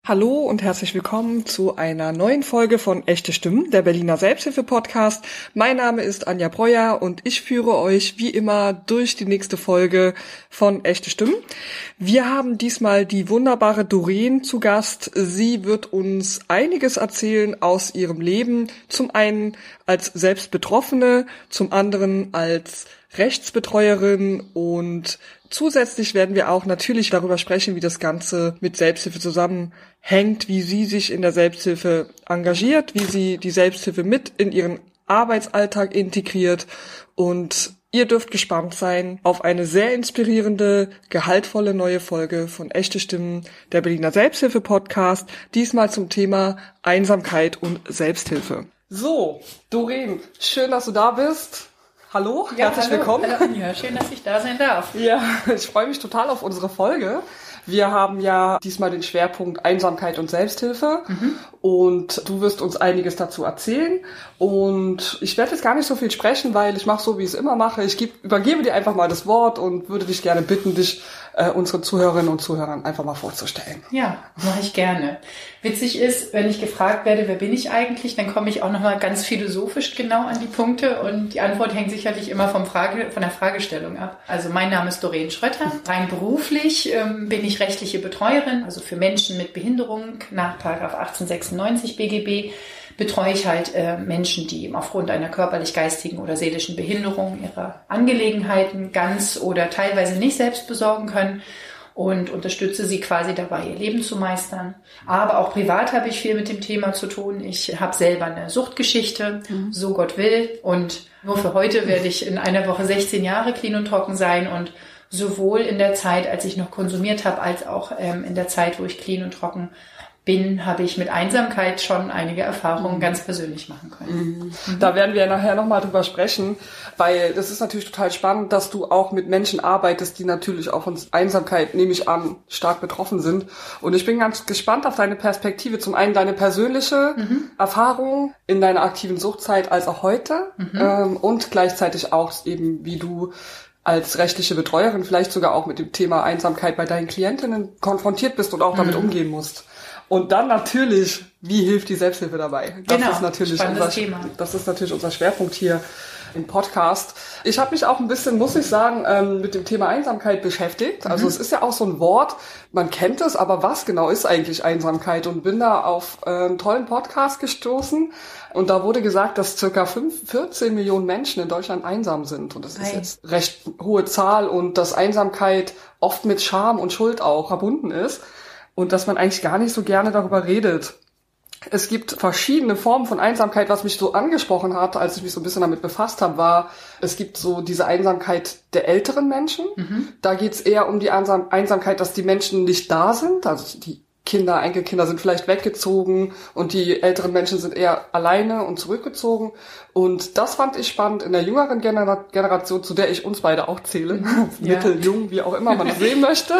Hallo und herzlich willkommen zu einer neuen Folge von Echte Stimmen, der Berliner Selbsthilfe-Podcast. Mein Name ist Anja Breuer und ich führe euch wie immer durch die nächste Folge von Echte Stimmen. Wir haben diesmal die wunderbare Doreen zu Gast. Sie wird uns einiges erzählen aus ihrem Leben. Zum einen als selbst Betroffene, zum anderen als Rechtsbetreuerin und zusätzlich werden wir auch natürlich darüber sprechen, wie das Ganze mit Selbsthilfe zusammenhängt, wie sie sich in der Selbsthilfe engagiert, wie sie die Selbsthilfe mit in ihren Arbeitsalltag integriert. Und ihr dürft gespannt sein auf eine sehr inspirierende, gehaltvolle neue Folge von Echte Stimmen, der Berliner Selbsthilfe-Podcast, diesmal zum Thema Einsamkeit und Selbsthilfe. So, Doreen, schön, dass du da bist. Hallo, ja, herzlich willkommen. Hallo Anja, schön, dass ich da sein darf. Ja, ich freue mich total auf unsere Folge. Wir haben ja diesmal den Schwerpunkt Einsamkeit und Selbsthilfe und du wirst uns einiges dazu erzählen und ich werde jetzt gar nicht so viel sprechen, weil ich mache so, wie ich es immer mache. Ich übergebe dir einfach mal das Wort und würde dich gerne bitten, dich unseren Zuhörerinnen und Zuhörern einfach mal vorzustellen. Ja, mache ich gerne. Witzig ist, wenn ich gefragt werde, wer bin ich eigentlich, dann komme ich auch nochmal ganz philosophisch genau an die Punkte und die Antwort hängt sicherlich immer von der Fragestellung ab. Also mein Name ist Doreen Schrötter. Rein beruflich bin ich rechtliche Betreuerin, also für Menschen mit Behinderung nach § 1896 BGB betreue ich halt Menschen, die aufgrund einer körperlich-geistigen oder seelischen Behinderung ihre Angelegenheiten ganz oder teilweise nicht selbst besorgen können und unterstütze sie quasi dabei, ihr Leben zu meistern. Aber auch privat habe ich viel mit dem Thema zu tun. Ich habe selber eine Suchtgeschichte, so Gott will. Und nur für heute werde ich in einer Woche 16 Jahre clean und trocken sein und sowohl in der Zeit, als ich noch konsumiert habe, als auch in der Zeit, wo ich clean und trocken bin, habe ich mit Einsamkeit schon einige Erfahrungen ganz persönlich machen können. Da werden wir nachher nochmal drüber sprechen, weil das ist natürlich total spannend, dass du auch mit Menschen arbeitest, die natürlich auch von Einsamkeit, nehme ich an, stark betroffen sind. Und ich bin ganz gespannt auf deine Perspektive. Zum einen deine persönliche Erfahrung in deiner aktiven Suchtzeit als auch heute und gleichzeitig auch eben, wie du als rechtliche Betreuerin vielleicht sogar auch mit dem Thema Einsamkeit bei deinen Klientinnen konfrontiert bist und auch damit umgehen musst. Und dann natürlich, wie hilft die Selbsthilfe dabei? Das ist natürlich Thema. Das ist natürlich unser Schwerpunkt hier im Podcast. Ich habe mich auch ein bisschen, muss ich sagen, mit dem Thema Einsamkeit beschäftigt. Also es ist ja auch so ein Wort, man kennt es, aber was genau ist eigentlich Einsamkeit? Und bin da auf einen tollen Podcast gestoßen. Und da wurde gesagt, dass circa 14 Millionen Menschen in Deutschland einsam sind. Und das ist jetzt recht hohe Zahl und dass Einsamkeit oft mit Scham und Schuld auch verbunden ist. Und dass man eigentlich gar nicht so gerne darüber redet. Es gibt verschiedene Formen von Einsamkeit. Was mich so angesprochen hat, als ich mich so ein bisschen damit befasst habe, war, es gibt so diese Einsamkeit der älteren Menschen. Da geht es eher um die Einsamkeit, dass die Menschen nicht da sind. Also die Kinder, Enkelkinder sind vielleicht weggezogen und die älteren Menschen sind eher alleine und zurückgezogen. Und das fand ich spannend in der jüngeren Generation, zu der ich uns beide auch zähle, mitteljung, wie auch immer man das sehen möchte,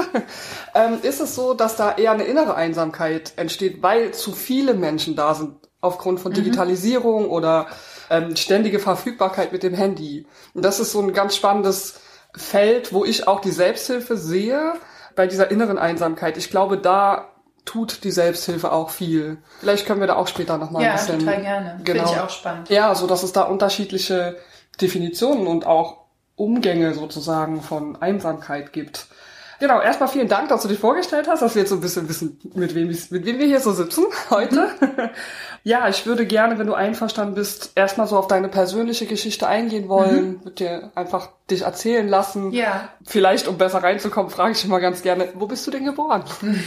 ist es so, dass da eher eine innere Einsamkeit entsteht, weil zu viele Menschen da sind aufgrund von Digitalisierung oder ständige Verfügbarkeit mit dem Handy. Und das ist so ein ganz spannendes Feld, wo ich auch die Selbsthilfe sehe, bei dieser inneren Einsamkeit. Ich glaube, da tut die Selbsthilfe auch viel. Vielleicht können wir da auch später nochmal ein bisschen... Ja, total gerne. Genau. Finde ich auch spannend. Ja, so dass es da unterschiedliche Definitionen und auch Umgänge sozusagen von Einsamkeit gibt. Genau, erstmal vielen Dank, dass du dich vorgestellt hast, dass wir jetzt so ein bisschen wissen, mit wem wir hier so sitzen heute. Ja, ich würde gerne, wenn du einverstanden bist, erstmal so auf deine persönliche Geschichte eingehen wollen, mit dir einfach dich erzählen lassen. Ja. Vielleicht, um besser reinzukommen, frage ich immer ganz gerne, wo bist du denn geboren?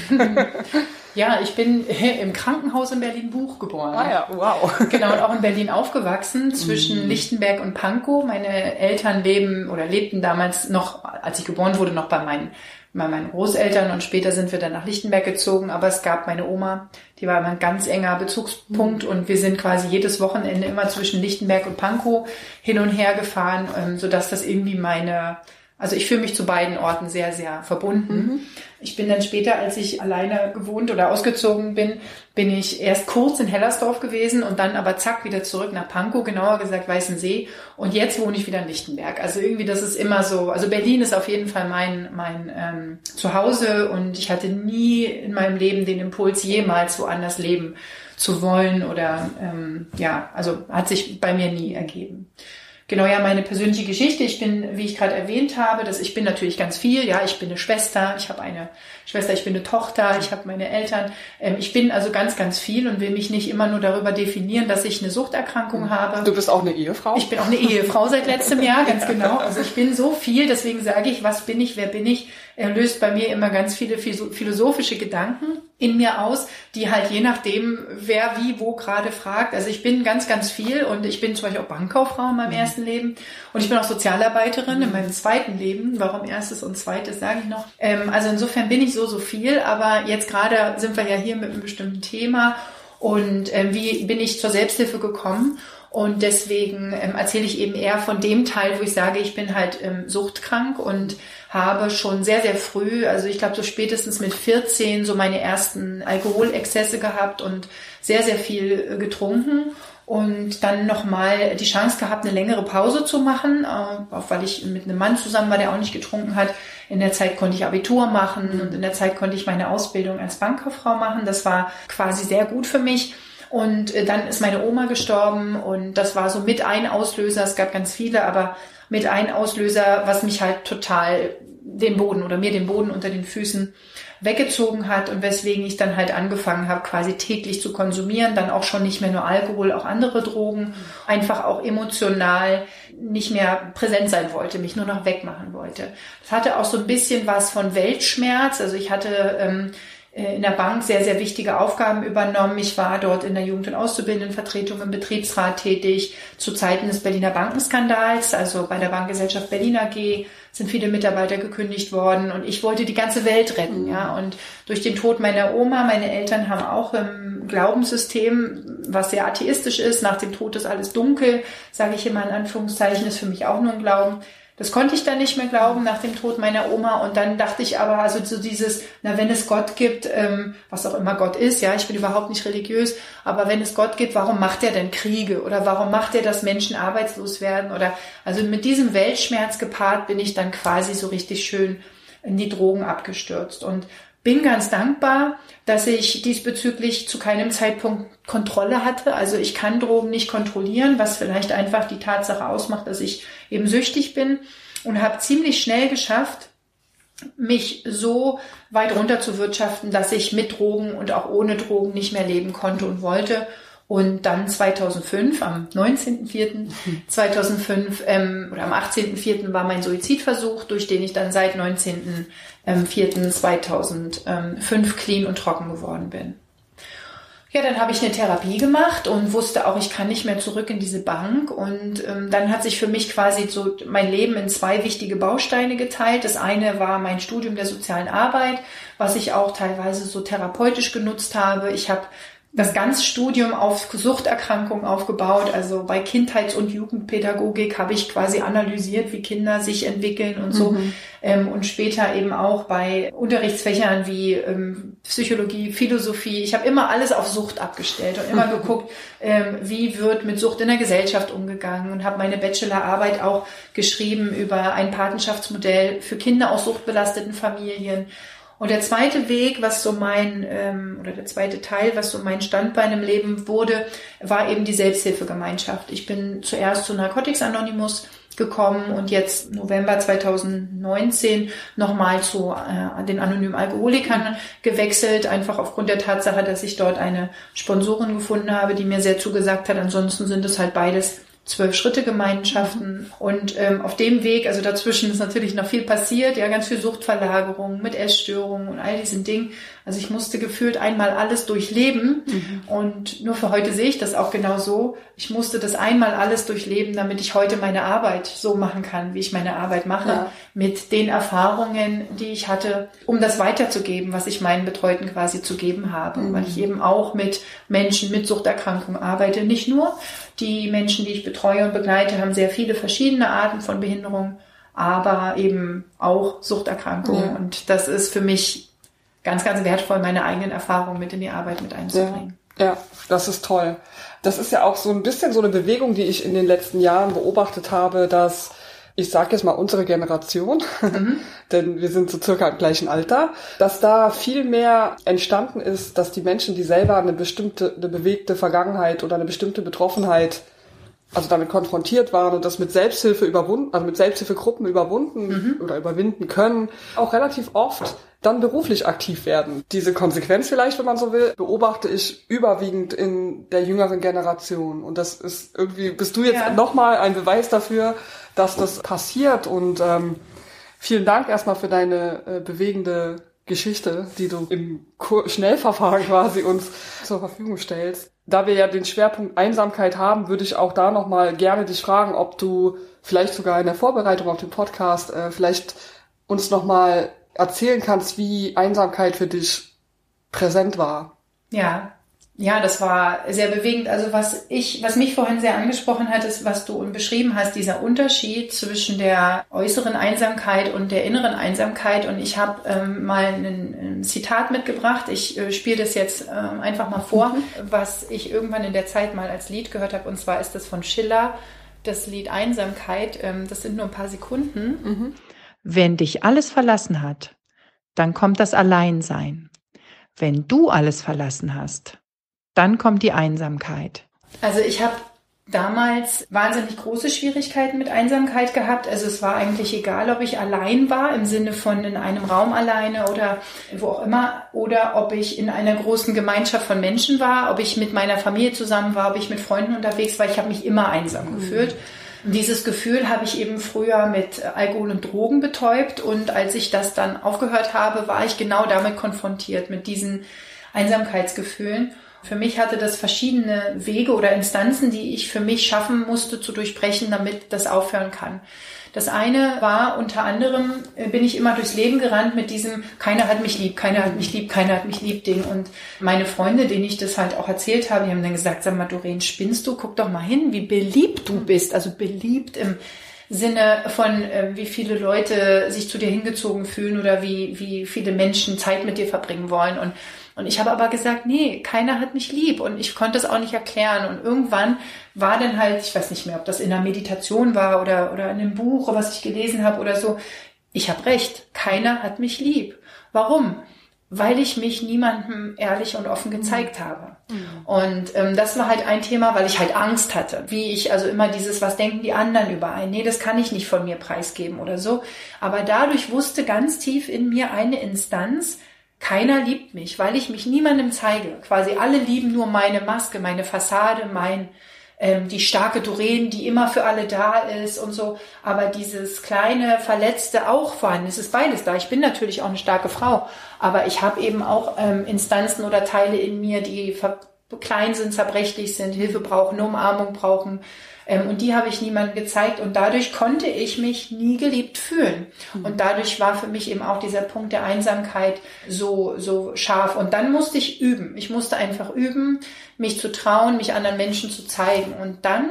Ja, ich bin im Krankenhaus in Berlin-Buch geboren. Ah ja, wow. Genau, und auch in Berlin aufgewachsen, zwischen Lichtenberg und Pankow. Meine Eltern lebten damals noch, als ich geboren wurde, noch bei meinen Großeltern und später sind wir dann nach Lichtenberg gezogen, aber es gab meine Oma, die war immer ein ganz enger Bezugspunkt und wir sind quasi jedes Wochenende immer zwischen Lichtenberg und Pankow hin und her gefahren, sodass das irgendwie meine Also ich fühle mich zu beiden Orten sehr, sehr verbunden. Ich bin dann später, als ich alleine gewohnt oder ausgezogen bin, bin ich erst kurz in Hellersdorf gewesen und dann aber zack wieder zurück nach Pankow, genauer gesagt Weißensee. Und jetzt wohne ich wieder in Lichtenberg. Also irgendwie, das ist immer so, also Berlin ist auf jeden Fall mein Zuhause und ich hatte nie in meinem Leben den Impuls, jemals woanders leben zu wollen oder also hat sich bei mir nie ergeben. Genau, ja, meine persönliche Geschichte. Ich bin, wie ich gerade erwähnt habe, ich bin natürlich ganz viel. Ja, ich bin eine Schwester, ich habe eine Schwester, ich bin eine Tochter, ich habe meine Eltern. Ich bin also ganz, ganz viel und will mich nicht immer nur darüber definieren, dass ich eine Suchterkrankung habe. Du bist auch eine Ehefrau? Ich bin auch eine Ehefrau seit letztem Jahr, ganz genau. Also ich bin so viel, deswegen sage ich, was bin ich, wer bin ich? Löst bei mir immer ganz viele philosophische Gedanken in mir aus, die halt je nachdem, wer wie wo gerade fragt. Also ich bin ganz, ganz viel und ich bin zum Beispiel auch Bankkauffrau in meinem ersten Leben und ich bin auch Sozialarbeiterin in meinem zweiten Leben. Warum erstes und zweites, sage ich noch. Also insofern bin ich so viel, aber jetzt gerade sind wir ja hier mit einem bestimmten Thema und wie bin ich zur Selbsthilfe gekommen? Und deswegen erzähle ich eben eher von dem Teil, wo ich sage, ich bin halt suchtkrank und habe schon sehr, sehr früh, also ich glaube so spätestens mit 14 so meine ersten Alkoholexzesse gehabt und sehr, sehr viel getrunken und dann nochmal die Chance gehabt, eine längere Pause zu machen, auch weil ich mit einem Mann zusammen war, der auch nicht getrunken hat. In der Zeit konnte ich Abitur machen und in der Zeit konnte ich meine Ausbildung als Bankkauffrau machen. Das war quasi sehr gut für mich. Und dann ist meine Oma gestorben und das war so mit ein Auslöser, es gab ganz viele, aber mit ein Auslöser, was mich halt total den Boden unter den Füßen weggezogen hat und weswegen ich dann halt angefangen habe, quasi täglich zu konsumieren, dann auch schon nicht mehr nur Alkohol, auch andere Drogen, einfach auch emotional nicht mehr präsent sein wollte, mich nur noch wegmachen wollte. Das hatte auch so ein bisschen was von Weltschmerz, also ich hatte in der Bank sehr, sehr wichtige Aufgaben übernommen. Ich war dort in der Jugend- und Auszubildendenvertretung im Betriebsrat tätig, zu Zeiten des Berliner Bankenskandals, also bei der Bankgesellschaft Berlin AG sind viele Mitarbeiter gekündigt worden und ich wollte die ganze Welt retten, ja. Und durch den Tod meiner Oma, meine Eltern haben auch im Glaubenssystem, was sehr atheistisch ist, nach dem Tod ist alles dunkel, sage ich immer in Anführungszeichen, ist für mich auch nur ein Glauben. Das konnte ich dann nicht mehr glauben nach dem Tod meiner Oma und dann dachte ich aber, also so dieses, wenn es Gott gibt, was auch immer Gott ist, ja, ich bin überhaupt nicht religiös, aber wenn es Gott gibt, warum macht er denn Kriege oder warum macht er, dass Menschen arbeitslos werden oder, also mit diesem Weltschmerz gepaart bin ich dann quasi so richtig schön in die Drogen abgestürzt und bin ganz dankbar, dass ich diesbezüglich zu keinem Zeitpunkt Kontrolle hatte. Also ich kann Drogen nicht kontrollieren, was vielleicht einfach die Tatsache ausmacht, dass ich eben süchtig bin und habe ziemlich schnell geschafft, mich so weit runter zu wirtschaften, dass ich mit Drogen und auch ohne Drogen nicht mehr leben konnte und wollte. Und dann 2005, am 19.04.2005 oder am 18.04. war mein Suizidversuch, durch den ich dann seit 19.04.2005 clean und trocken geworden bin. Ja, dann habe ich eine Therapie gemacht und wusste auch, ich kann nicht mehr zurück in diese Bank. Und dann hat sich für mich quasi so mein Leben in zwei wichtige Bausteine geteilt. Das eine war mein Studium der sozialen Arbeit, was ich auch teilweise so therapeutisch genutzt habe. Ich habe das ganze Studium auf Suchterkrankungen aufgebaut. Also bei Kindheits- und Jugendpädagogik habe ich quasi analysiert, wie Kinder sich entwickeln und so. Und später eben auch bei Unterrichtsfächern wie Psychologie, Philosophie. Ich habe immer alles auf Sucht abgestellt und immer geguckt, wie wird mit Sucht in der Gesellschaft umgegangen und habe meine Bachelorarbeit auch geschrieben über ein Patenschaftsmodell für Kinder aus suchtbelasteten Familien. Und der zweite Weg, was so der zweite Teil, was so mein Standbein im Leben wurde, war eben die Selbsthilfegemeinschaft. Ich bin zuerst zu Narcotics Anonymous gekommen und jetzt November 2019 nochmal zu den anonymen Alkoholikern gewechselt, einfach aufgrund der Tatsache, dass ich dort eine Sponsorin gefunden habe, die mir sehr zugesagt hat. Ansonsten sind es halt beides 12-Schritte-Gemeinschaften und auf dem Weg, also dazwischen ist natürlich noch viel passiert, ja, ganz viel Suchtverlagerung mit Essstörungen und all diesen Dingen. Also ich musste gefühlt einmal alles durchleben und nur für heute sehe ich das auch genau so. Ich musste das einmal alles durchleben, damit ich heute meine Arbeit so machen kann, wie ich meine Arbeit mache, mit den Erfahrungen, die ich hatte, um das weiterzugeben, was ich meinen Betreuten quasi zu geben habe, weil ich eben auch mit Menschen mit Suchterkrankungen arbeite, nicht nur die Menschen, die ich betreue und begleite, haben sehr viele verschiedene Arten von Behinderung, aber eben auch Suchterkrankungen. Ja. Und das ist für mich ganz, ganz wertvoll, meine eigenen Erfahrungen mit in die Arbeit mit einzubringen. Ja, das ist toll. Das ist ja auch so ein bisschen so eine Bewegung, die ich in den letzten Jahren beobachtet habe, dass, ich sage jetzt mal unsere Generation, denn wir sind so circa im gleichen Alter, dass da viel mehr entstanden ist, dass die Menschen, die selber eine bewegte Vergangenheit oder eine bestimmte Betroffenheit, also damit konfrontiert waren und das mit Selbsthilfe also mit Selbsthilfegruppen überwunden oder überwinden können, auch relativ oft dann beruflich aktiv werden. Diese Konsequenz vielleicht, wenn man so will, beobachte ich überwiegend in der jüngeren Generation. Und das ist irgendwie, bist du jetzt nochmal ein Beweis dafür, dass das passiert. Und vielen Dank erstmal für deine bewegende Geschichte, die du im Schnellverfahren quasi uns zur Verfügung stellst. Da wir ja den Schwerpunkt Einsamkeit haben, würde ich auch da nochmal gerne dich fragen, ob du vielleicht sogar in der Vorbereitung auf den Podcast vielleicht uns nochmal erzählen kannst, wie Einsamkeit für dich präsent war. Ja, das war sehr bewegend. Also was mich vorhin sehr angesprochen hat, ist, was du beschrieben hast, dieser Unterschied zwischen der äußeren Einsamkeit und der inneren Einsamkeit. Und ich habe mal ein Zitat mitgebracht. Ich spiele das jetzt einfach mal vor, was ich irgendwann in der Zeit mal als Lied gehört habe. Und zwar ist das von Schiller, das Lied Einsamkeit. Das sind nur ein paar Sekunden. Wenn dich alles verlassen hat, dann kommt das Alleinsein. Wenn du alles verlassen hast, dann kommt die Einsamkeit. Also ich habe damals wahnsinnig große Schwierigkeiten mit Einsamkeit gehabt. Also es war eigentlich egal, ob ich allein war, im Sinne von in einem Raum alleine oder wo auch immer, oder ob ich in einer großen Gemeinschaft von Menschen war, ob ich mit meiner Familie zusammen war, ob ich mit Freunden unterwegs war. Ich habe mich immer einsam gefühlt. Dieses Gefühl habe ich eben früher mit Alkohol und Drogen betäubt, und als ich das dann aufgehört habe, war ich genau damit konfrontiert, mit diesen Einsamkeitsgefühlen. Für mich hatte das verschiedene Wege oder Instanzen, die ich für mich schaffen musste zu durchbrechen, damit das aufhören kann. Das eine war, unter anderem bin ich immer durchs Leben gerannt mit diesem keiner hat mich lieb, keiner hat mich lieb, keiner hat mich lieb Ding. Und meine Freunde, denen ich das halt auch erzählt habe, die haben dann gesagt, sag mal, Doreen, spinnst du? Guck doch mal hin, wie beliebt du bist. Also beliebt im Sinne von, wie viele Leute sich zu dir hingezogen fühlen oder wie viele Menschen Zeit mit dir verbringen wollen. Und ich habe aber gesagt, nee, keiner hat mich lieb, und ich konnte es auch nicht erklären. Und irgendwann war dann halt, ich weiß nicht mehr, ob das in einer Meditation war oder in einem Buch, was ich gelesen habe oder so, ich habe recht, keiner hat mich lieb. Warum? Weil ich mich niemandem ehrlich und offen gezeigt habe. Und das war halt ein Thema, weil ich halt Angst hatte. Wie ich also immer dieses, was denken die anderen über einen? Nee, das kann ich nicht von mir preisgeben oder so. Aber dadurch wusste ganz tief in mir eine Instanz, keiner liebt mich, weil ich mich niemandem zeige. Quasi alle lieben nur meine Maske, meine Fassade, die starke Doreen, die immer für alle da ist und so. Aber dieses kleine, Verletzte auch vorhanden. Es ist beides da. Ich bin natürlich auch eine starke Frau, aber ich habe eben auch Instanzen oder Teile in mir, die klein sind, zerbrechlich sind, Hilfe brauchen, eine Umarmung brauchen. Und die habe ich niemandem gezeigt, und dadurch konnte ich mich nie geliebt fühlen. Und dadurch war für mich eben auch dieser Punkt der Einsamkeit so scharf. Und dann musste ich üben. Ich musste einfach üben, mich zu trauen, mich anderen Menschen zu zeigen. Und dann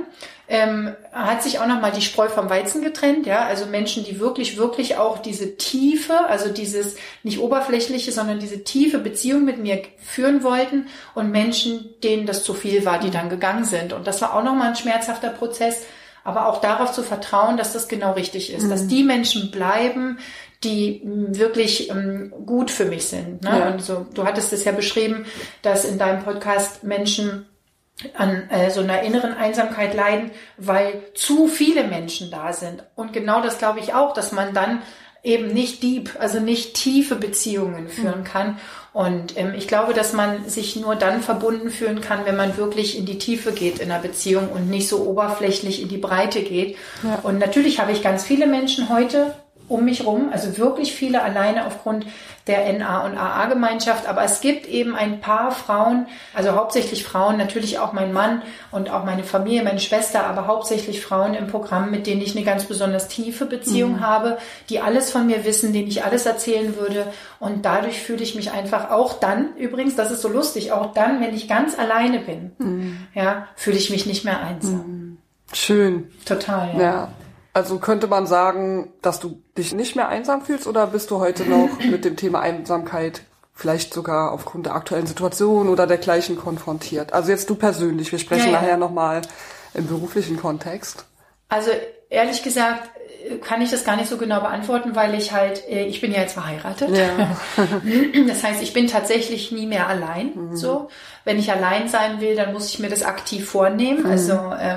hat sich auch nochmal die Spreu vom Weizen getrennt. Ja, also Menschen, die wirklich, wirklich auch diese Tiefe, also dieses nicht oberflächliche, sondern diese tiefe Beziehung mit mir führen wollten, und Menschen, denen das zu viel war, die dann gegangen sind. Und das war auch nochmal ein schmerzhafter Prozess, aber auch darauf zu vertrauen, dass das genau richtig ist, dass die Menschen bleiben, die wirklich gut für mich sind. Ne? Ja. Und so, du hattest es ja beschrieben, dass in deinem Podcast Menschen an so einer inneren Einsamkeit leiden, weil zu viele Menschen da sind. Und genau das glaube ich auch, dass man dann eben nicht nicht tiefe Beziehungen führen kann. Und ich glaube, dass man sich nur dann verbunden fühlen kann, wenn man wirklich in die Tiefe geht in einer Beziehung und nicht so oberflächlich in die Breite geht. Ja. Und natürlich habe ich ganz viele Menschen heute um mich rum, also wirklich viele alleine aufgrund der NA- und AA-Gemeinschaft, aber es gibt eben ein paar Frauen, also hauptsächlich Frauen, natürlich auch mein Mann und auch meine Familie, meine Schwester, aber hauptsächlich Frauen im Programm, mit denen ich eine ganz besonders tiefe Beziehung habe, die alles von mir wissen, denen ich alles erzählen würde, und dadurch fühle ich mich einfach auch dann, übrigens, das ist so lustig, auch dann, wenn ich ganz alleine bin, ja, fühle ich mich nicht mehr einsam. Schön. Total, ja. Also könnte man sagen, dass du dich nicht mehr einsam fühlst oder bist du heute noch mit dem Thema Einsamkeit vielleicht sogar aufgrund der aktuellen Situation oder dergleichen konfrontiert? Also jetzt du persönlich, wir sprechen nachher nochmal im beruflichen Kontext. Also ehrlich gesagt kann ich das gar nicht so genau beantworten, weil ich bin ja jetzt verheiratet. Ja. Das heißt, ich bin tatsächlich nie mehr allein. So, wenn ich allein sein will, dann muss ich mir das aktiv vornehmen. Also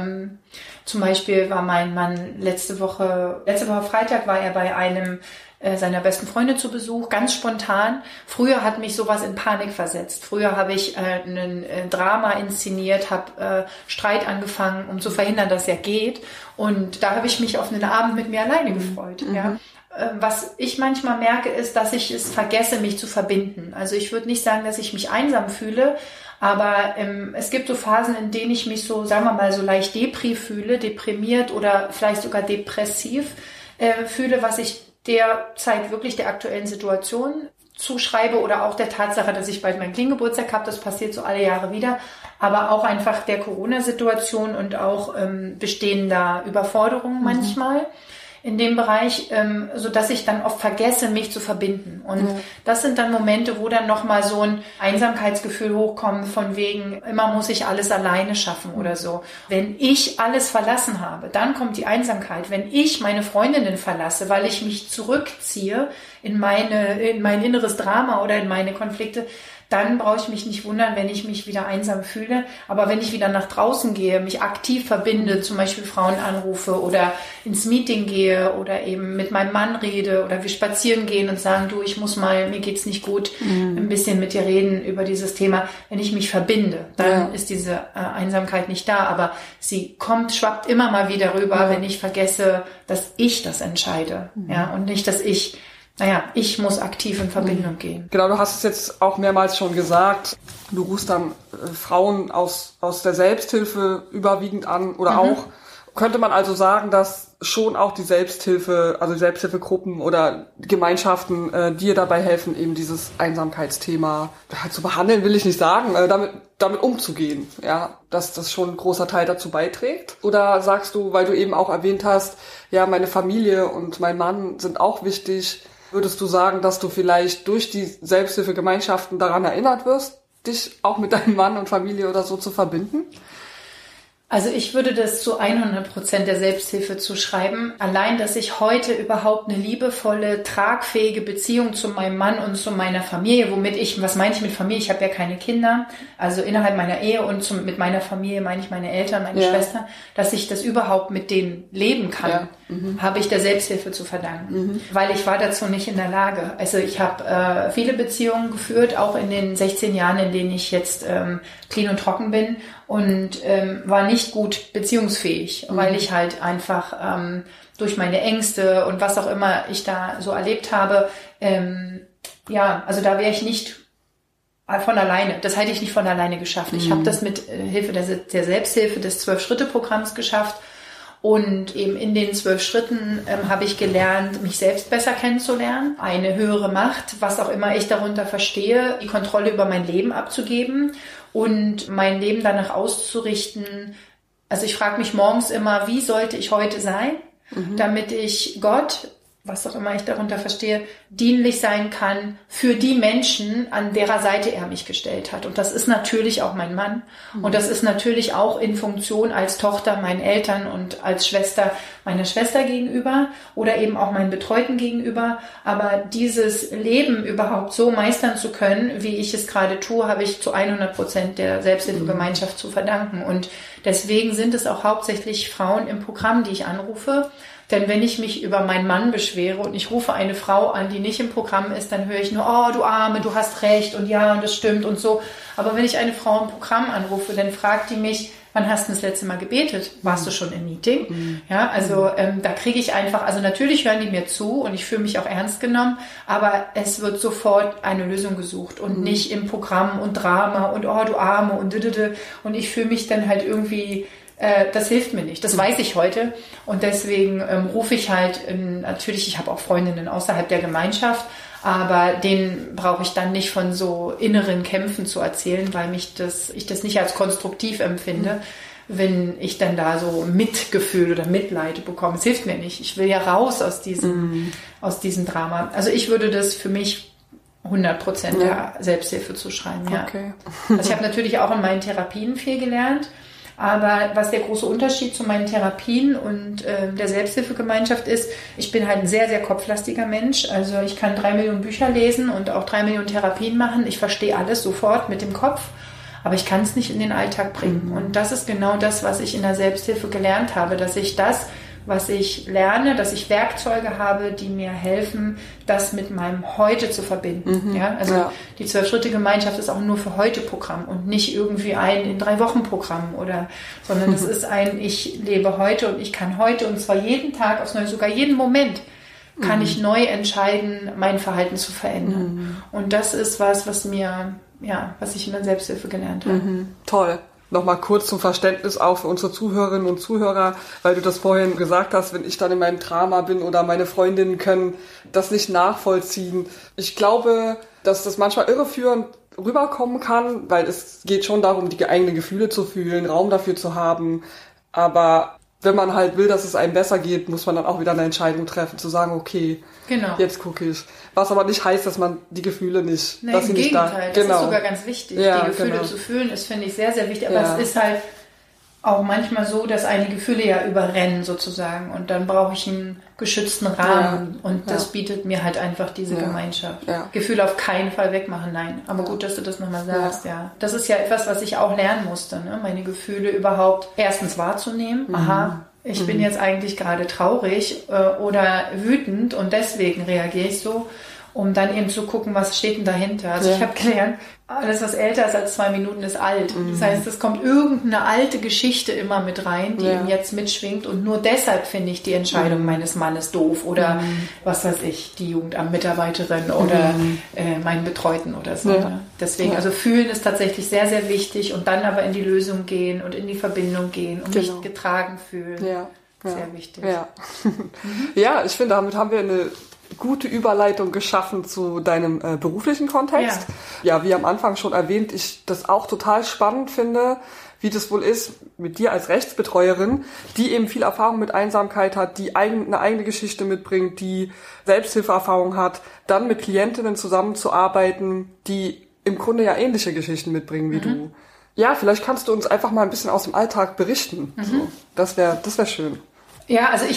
zum Beispiel war mein Mann letzte Woche Freitag war er bei einem seiner besten Freunde zu Besuch, ganz spontan. Früher hat mich sowas in Panik versetzt. Früher habe ich ein Drama inszeniert, habe Streit angefangen, um zu verhindern, dass er geht. Und da habe ich mich auf einen Abend mit mir alleine gefreut. Ja. Was ich manchmal merke, ist, dass ich es vergesse, mich zu verbinden. Also ich würde nicht sagen, dass ich mich einsam fühle, aber es gibt so Phasen, in denen ich mich so, sagen wir mal, so leicht deprimiert oder vielleicht sogar depressiv fühle, was ich derzeit wirklich der aktuellen Situation zuschreibe oder auch der Tatsache, dass ich bald meinen Klingeburtstag habe. Das passiert so alle Jahre wieder. Aber auch einfach der Corona-Situation und auch bestehender Überforderungen manchmal in dem Bereich, so dass ich dann oft vergesse, mich zu verbinden. Und das sind dann Momente, wo dann nochmal so ein Einsamkeitsgefühl hochkommt, von wegen, immer muss ich alles alleine schaffen oder so. Wenn ich alles verlassen habe, dann kommt die Einsamkeit. Wenn ich meine Freundinnen verlasse, weil ich mich zurückziehe in mein inneres Drama oder in meine Konflikte, dann brauche ich mich nicht wundern, wenn ich mich wieder einsam fühle. Aber wenn ich wieder nach draußen gehe, mich aktiv verbinde, zum Beispiel Frauen anrufe oder ins Meeting gehe oder eben mit meinem Mann rede oder wir spazieren gehen und sagen, du, mir geht's nicht gut, ein bisschen mit dir reden über dieses Thema. Wenn ich mich verbinde, dann ist diese Einsamkeit nicht da. Aber sie schwappt immer mal wieder rüber, wenn ich vergesse, dass ich das entscheide. Ja, und nicht, dass ich muss aktiv in Verbindung gehen. Genau, du hast es jetzt auch mehrmals schon gesagt. Du rufst dann Frauen aus der Selbsthilfe überwiegend an oder auch. Könnte man also sagen, dass schon auch die Selbsthilfe, also die Selbsthilfegruppen oder Gemeinschaften dir dabei helfen, eben dieses Einsamkeitsthema zu behandeln, will ich nicht sagen, damit umzugehen, ja, dass das schon ein großer Teil dazu beiträgt? Oder sagst du, weil du eben auch erwähnt hast, ja, meine Familie und mein Mann sind auch wichtig, würdest du sagen, dass du vielleicht durch die Selbsthilfegemeinschaften daran erinnert wirst, dich auch mit deinem Mann und Familie oder so zu verbinden? Also ich würde das zu 100% der Selbsthilfe zuschreiben. Allein, dass ich heute überhaupt eine liebevolle, tragfähige Beziehung zu meinem Mann und zu meiner Familie, was meine ich mit Familie? Ich habe ja keine Kinder, also innerhalb meiner Ehe und mit meiner Familie meine ich meine Eltern, meine Schwester, dass ich das überhaupt mit denen leben kann, habe ich der Selbsthilfe zu verdanken, weil ich war dazu nicht in der Lage. Also ich habe viele Beziehungen geführt, auch in den 16 Jahren, in denen ich jetzt clean und trocken bin und war nicht gut beziehungsfähig, weil ich halt einfach durch meine Ängste und was auch immer ich da so erlebt habe, also da wäre ich nicht von alleine, das hätte ich nicht von alleine geschafft. Ich habe das mit Hilfe der Selbsthilfe des 12-Schritte-Programms geschafft. Und eben in den 12 Schritten habe ich gelernt, mich selbst besser kennenzulernen, eine höhere Macht, was auch immer ich darunter verstehe, die Kontrolle über mein Leben abzugeben und mein Leben danach auszurichten. Also ich frage mich morgens immer, wie sollte ich heute sein, damit ich Gott, was auch immer ich darunter verstehe, dienlich sein kann für die Menschen, an derer Seite er mich gestellt hat. Und das ist natürlich auch mein Mann. Und das ist natürlich auch in Funktion als Tochter meinen Eltern und als Schwester meiner Schwester gegenüber oder eben auch meinen Betreuten gegenüber. Aber dieses Leben überhaupt so meistern zu können, wie ich es gerade tue, habe ich zu 100% der Selbsthilfegemeinschaft zu verdanken. Und deswegen sind es auch hauptsächlich Frauen im Programm, die ich anrufe. Denn wenn ich mich über meinen Mann beschwere und ich rufe eine Frau an, die nicht im Programm ist, dann höre ich nur, oh, du Arme, du hast recht und ja, und das stimmt und so. Aber wenn ich eine Frau im Programm anrufe, dann fragt die mich, wann hast du das letzte Mal gebetet? Warst du schon im Meeting? Ja, also da kriege ich einfach, also natürlich hören die mir zu und ich fühle mich auch ernst genommen, aber es wird sofort eine Lösung gesucht und nicht im Programm und Drama und oh, du Arme und und ich fühle mich dann halt irgendwie, das hilft mir nicht. Das weiß ich heute. Und deswegen rufe ich halt, natürlich, ich habe auch Freundinnen außerhalb der Gemeinschaft, aber denen brauche ich dann nicht von so inneren Kämpfen zu erzählen, weil ich das nicht als konstruktiv empfinde, wenn ich dann da so Mitgefühl oder Mitleid bekomme. Es hilft mir nicht. Ich will ja raus aus diesem Drama. Also ich würde das für mich 100% der Selbsthilfe zuschreiben. Ja. Okay. Also ich habe natürlich auch in meinen Therapien viel gelernt. Aber was der große Unterschied zu meinen Therapien und der Selbsthilfegemeinschaft ist, ich bin halt ein sehr, sehr kopflastiger Mensch. Also ich kann 3 Millionen Bücher lesen und auch 3 Millionen Therapien machen. Ich verstehe alles sofort mit dem Kopf, aber ich kann es nicht in den Alltag bringen. Und das ist genau das, was ich in der Selbsthilfe gelernt habe, dass ich das, was ich lerne, dass ich Werkzeuge habe, die mir helfen, das mit meinem Heute zu verbinden. Ja? Also die 12-Schritte-Gemeinschaft ist auch nur für Heute-Programm und nicht irgendwie ein in 3 Wochen Programm sondern es ist ein, ich lebe heute und ich kann heute und zwar jeden Tag aufs Neue, sogar jeden Moment kann ich neu entscheiden, mein Verhalten zu verändern. Und das ist was ich in der Selbsthilfe gelernt habe. Toll. Nochmal kurz zum Verständnis auch für unsere Zuhörerinnen und Zuhörer, weil du das vorhin gesagt hast, wenn ich dann in meinem Drama bin oder meine Freundinnen können das nicht nachvollziehen. Ich glaube, dass das manchmal irreführend rüberkommen kann, weil es geht schon darum, die eigenen Gefühle zu fühlen, Raum dafür zu haben. Aber wenn man halt will, dass es einem besser geht, muss man dann auch wieder eine Entscheidung treffen, zu sagen, okay, jetzt gucke ich. Was aber nicht heißt, dass man die Gefühle nicht, Nein, dass sie nicht da. Gegenteil, das ist sogar ganz wichtig. Die Gefühle zu fühlen, ist, finde ich, sehr, sehr wichtig. Aber es ist halt auch manchmal so, dass eine Gefühle ja überrennen sozusagen. Und dann brauche ich einen geschützten Rahmen. Und das bietet mir halt einfach diese Gemeinschaft. Ja. Gefühle auf keinen Fall wegmachen, nein. Aber gut, dass du das nochmal sagst, Das ist ja etwas, was ich auch lernen musste, ne? Meine Gefühle überhaupt erstens wahrzunehmen. Aha, ich bin jetzt eigentlich gerade traurig oder wütend und deswegen reagiere ich so, um dann eben zu gucken, was steht denn dahinter. Also ich habe gelernt, alles, was älter ist als 2 Minuten, ist alt. Das heißt, es kommt irgendeine alte Geschichte immer mit rein, die ihm jetzt mitschwingt und nur deshalb finde ich die Entscheidung meines Mannes doof oder was weiß ich, die Jugendamtmitarbeiterin oder meinen Betreuten oder so. Ne? Deswegen, also fühlen ist tatsächlich sehr, sehr wichtig und dann aber in die Lösung gehen und in die Verbindung gehen und nicht getragen fühlen. Sehr wichtig. Ja, ich finde, damit haben wir eine gute Überleitung geschaffen zu deinem beruflichen Kontext. Ja, wie am Anfang schon erwähnt, ich das auch total spannend finde, wie das wohl ist mit dir als Rechtsbetreuerin, die eben viel Erfahrung mit Einsamkeit hat, die eine eigene Geschichte mitbringt, die Selbsthilfeerfahrung hat, dann mit Klientinnen zusammenzuarbeiten, die im Grunde ja ähnliche Geschichten mitbringen wie du. Ja, vielleicht kannst du uns einfach mal ein bisschen aus dem Alltag berichten. So, das wär schön. Ja, also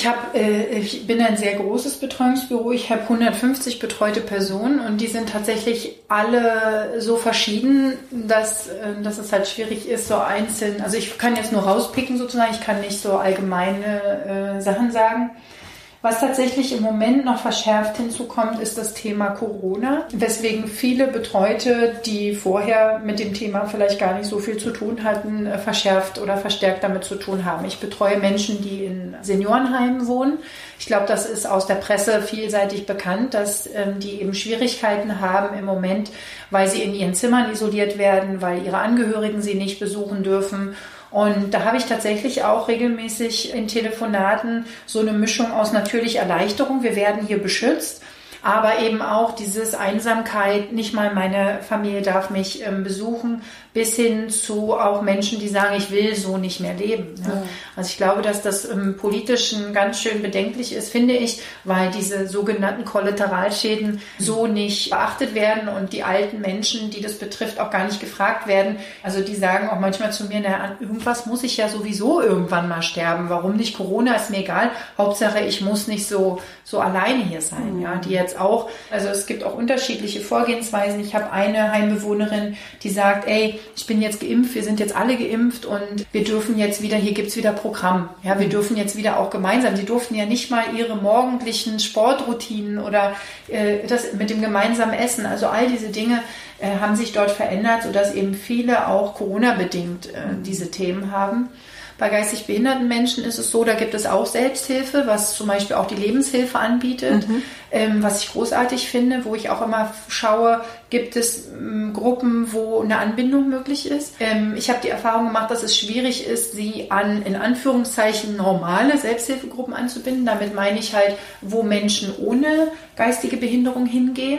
ich bin ein sehr großes Betreuungsbüro. Ich habe 150 betreute Personen und die sind tatsächlich alle so verschieden, dass es halt schwierig ist, so einzeln. Also ich kann jetzt nur rauspicken sozusagen, ich kann nicht so allgemeine Sachen sagen. Was tatsächlich im Moment noch verschärft hinzukommt, ist das Thema Corona, weswegen viele Betreute, die vorher mit dem Thema vielleicht gar nicht so viel zu tun hatten, verschärft oder verstärkt damit zu tun haben. Ich betreue Menschen, die in Seniorenheimen wohnen. Ich glaube, das ist aus der Presse vielseitig bekannt, dass die eben Schwierigkeiten haben im Moment, weil sie in ihren Zimmern isoliert werden, weil ihre Angehörigen sie nicht besuchen dürfen. Und da habe ich tatsächlich auch regelmäßig in Telefonaten so eine Mischung aus natürlich Erleichterung, wir werden hier beschützt, aber eben auch dieses Einsamkeit, nicht mal meine Familie darf mich besuchen, bis hin zu auch Menschen, die sagen, ich will so nicht mehr leben. Ne? Ja. Also ich glaube, dass das im Politischen ganz schön bedenklich ist, finde ich, weil diese sogenannten Kollateralschäden so nicht beachtet werden und die alten Menschen, die das betrifft, auch gar nicht gefragt werden. Also die sagen auch manchmal zu mir, na, irgendwas muss ich ja sowieso irgendwann mal sterben. Warum nicht? Corona ist mir egal. Hauptsache, ich muss nicht so alleine hier sein. Ja, die jetzt auch, also es gibt auch unterschiedliche Vorgehensweisen. Ich habe eine Heimbewohnerin, die sagt, ey, ich bin jetzt geimpft, wir sind jetzt alle geimpft und wir dürfen jetzt wieder, hier gibt's wieder Programm. Ja, wir dürfen jetzt wieder auch gemeinsam. Sie durften ja nicht mal ihre morgendlichen Sportroutinen oder das mit dem gemeinsamen Essen. Also all diese Dinge haben sich dort verändert, sodass eben viele auch Corona-bedingt diese Themen haben. Bei geistig behinderten Menschen ist es so, da gibt es auch Selbsthilfe, was zum Beispiel auch die Lebenshilfe anbietet, was ich großartig finde, wo ich auch immer schaue, gibt es Gruppen, wo eine Anbindung möglich ist. Ich habe die Erfahrung gemacht, dass es schwierig ist, sie an, in Anführungszeichen, normale Selbsthilfegruppen anzubinden. Damit meine ich halt, wo Menschen ohne geistige Behinderung hingehen.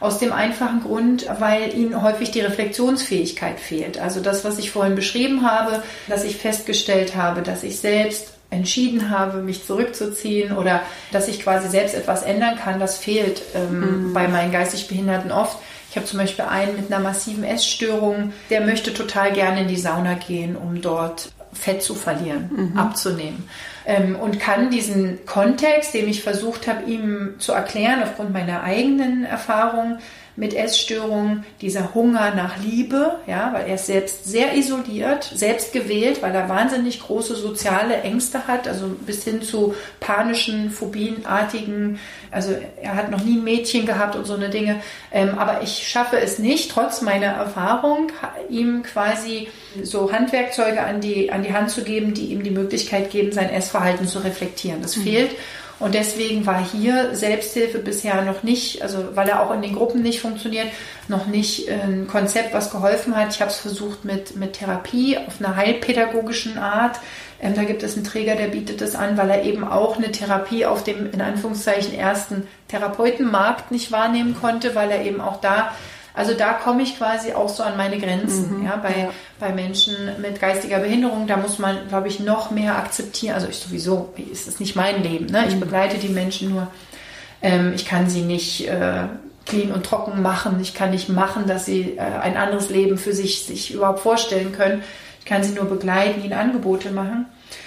Aus dem einfachen Grund, weil ihnen häufig die Reflexionsfähigkeit fehlt. Also das, was ich vorhin beschrieben habe, dass ich festgestellt habe, dass ich selbst entschieden habe, mich zurückzuziehen oder dass ich quasi selbst etwas ändern kann, das fehlt bei meinen geistig Behinderten oft. Ich habe zum Beispiel einen mit einer massiven Essstörung, der möchte total gerne in die Sauna gehen, um dort Fett zu verlieren, abzunehmen. Und kann diesen Kontext, den ich versucht habe, ihm zu erklären, aufgrund meiner eigenen Erfahrung mit Essstörungen, dieser Hunger nach Liebe, ja, weil er ist selbst sehr isoliert, selbst gewählt, weil er wahnsinnig große soziale Ängste hat, also bis hin zu panischen, phobienartigen, also er hat noch nie ein Mädchen gehabt und so eine Dinge, aber ich schaffe es nicht, trotz meiner Erfahrung, ihm quasi so Handwerkzeuge an die Hand zu geben, die ihm die Möglichkeit geben, sein Essverhalten zu reflektieren. Das fehlt. Und deswegen war hier Selbsthilfe bisher noch nicht, also weil er auch in den Gruppen nicht funktioniert, noch nicht ein Konzept, was geholfen hat. Ich habe es versucht mit Therapie auf einer heilpädagogischen Art. Da gibt es einen Träger, der bietet das an, weil er eben auch eine Therapie auf dem, in Anführungszeichen, ersten Therapeutenmarkt nicht wahrnehmen konnte, weil er eben auch da, also da komme ich quasi auch so an meine Grenzen. Bei Menschen mit geistiger Behinderung, da muss man, glaube ich, noch mehr akzeptieren. Also ist es nicht mein Leben. Ne? Ich begleite die Menschen nur. Ich kann sie nicht clean und trocken machen. Ich kann nicht machen, dass sie ein anderes Leben für sich überhaupt vorstellen können. Ich kann sie nur begleiten, ihnen Angebote machen.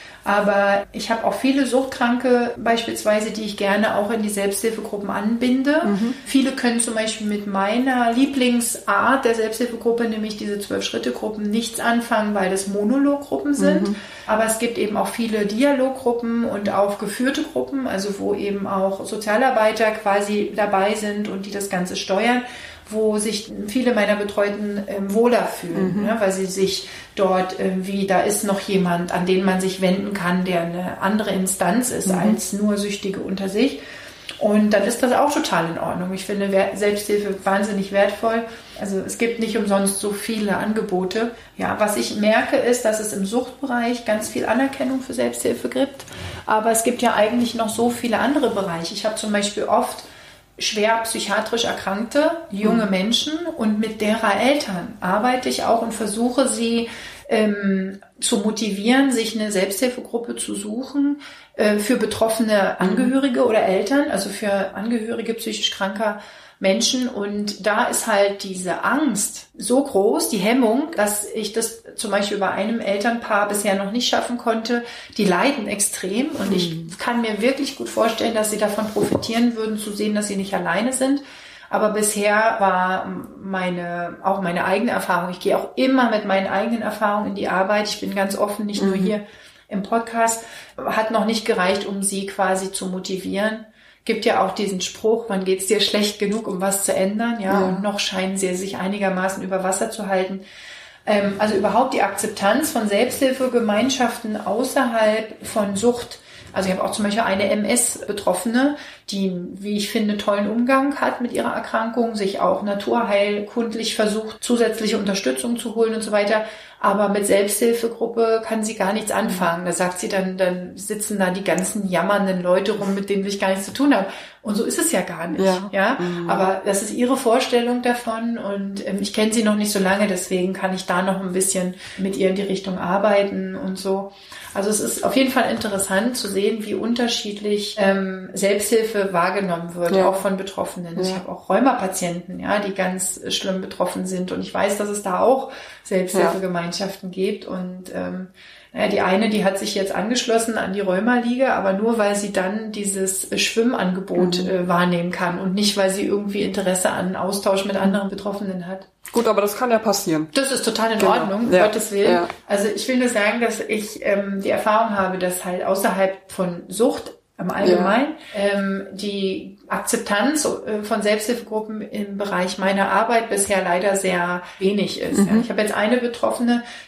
Aber ich habe auch viele Suchtkranke beispielsweise, die ich gerne auch in die Selbsthilfegruppen anbinde. Viele können zum Beispiel mit meiner Lieblingsart der Selbsthilfegruppe, nämlich diese 12-Schritte-Gruppen, nichts anfangen, weil das Monologgruppen sind. Aber es gibt eben auch viele Dialoggruppen und auch geführte Gruppen, also wo eben auch Sozialarbeiter quasi dabei sind und die das Ganze steuern, wo sich viele meiner Betreuten wohler fühlen, weil sie sich dort da ist noch jemand, an den man sich wenden kann, der eine andere Instanz ist als nur Süchtige unter sich. Und dann ist das auch total in Ordnung. Ich finde Selbsthilfe wahnsinnig wertvoll. Also es gibt nicht umsonst so viele Angebote. Ja, was ich merke ist, dass es im Suchtbereich ganz viel Anerkennung für Selbsthilfe gibt. Aber es gibt ja eigentlich noch so viele andere Bereiche. Ich habe zum Beispiel oft schwer psychiatrisch erkrankte junge Menschen und mit derer Eltern arbeite ich auch und versuche sie zu motivieren, sich eine Selbsthilfegruppe zu suchen für betroffene Angehörige oder Eltern, also für Angehörige psychisch kranker Menschen. Und da ist halt diese Angst so groß, die Hemmung, dass ich das zum Beispiel bei einem Elternpaar bisher noch nicht schaffen konnte. Die leiden extrem und ich kann mir wirklich gut vorstellen, dass sie davon profitieren würden, zu sehen, dass sie nicht alleine sind. Aber bisher war meine eigene Erfahrung. Ich gehe auch immer mit meinen eigenen Erfahrungen in die Arbeit. Ich bin ganz offen, nicht nur hier im Podcast. Hat noch nicht gereicht, um sie quasi zu motivieren. Gibt ja auch diesen Spruch, wann geht's dir schlecht genug, um was zu ändern? Ja, und noch scheinen sie sich einigermaßen über Wasser zu halten. Also überhaupt die Akzeptanz von Selbsthilfegemeinschaften außerhalb von Sucht. Also ich habe auch zum Beispiel eine MS-Betroffene, die, wie ich finde, tollen Umgang hat mit ihrer Erkrankung, sich auch naturheilkundlich versucht, zusätzliche Unterstützung zu holen und so weiter. Aber mit Selbsthilfegruppe kann sie gar nichts anfangen. Da sagt sie dann sitzen da die ganzen jammernden Leute rum, mit denen ich gar nichts zu tun habe. Und so ist es ja gar nicht. Ja? Aber das ist ihre Vorstellung davon und ich kenne sie noch nicht so lange, deswegen kann ich da noch ein bisschen mit ihr in die Richtung arbeiten und so. Also es ist auf jeden Fall interessant zu sehen, wie unterschiedlich Selbsthilfe wahrgenommen wird, auch von Betroffenen. Ich habe auch Rheumapatienten, die ganz schlimm betroffen sind und ich weiß, dass es da auch Selbsthilfegemeinschaften gibt und die eine, die hat sich jetzt angeschlossen an die Rheuma-Liga, aber nur, weil sie dann dieses Schwimmangebot wahrnehmen kann und nicht, weil sie irgendwie Interesse an Austausch mit anderen Betroffenen hat. Gut, aber das kann ja passieren. Das ist total in Ordnung, um Gottes Willen. Ja. Also ich will nur sagen, dass ich die Erfahrung habe, dass halt außerhalb von Sucht im Allgemeinen die Akzeptanz von Selbsthilfegruppen im Bereich meiner Arbeit bisher leider sehr wenig ist. Ja. Ich habe jetzt eine Betroffene,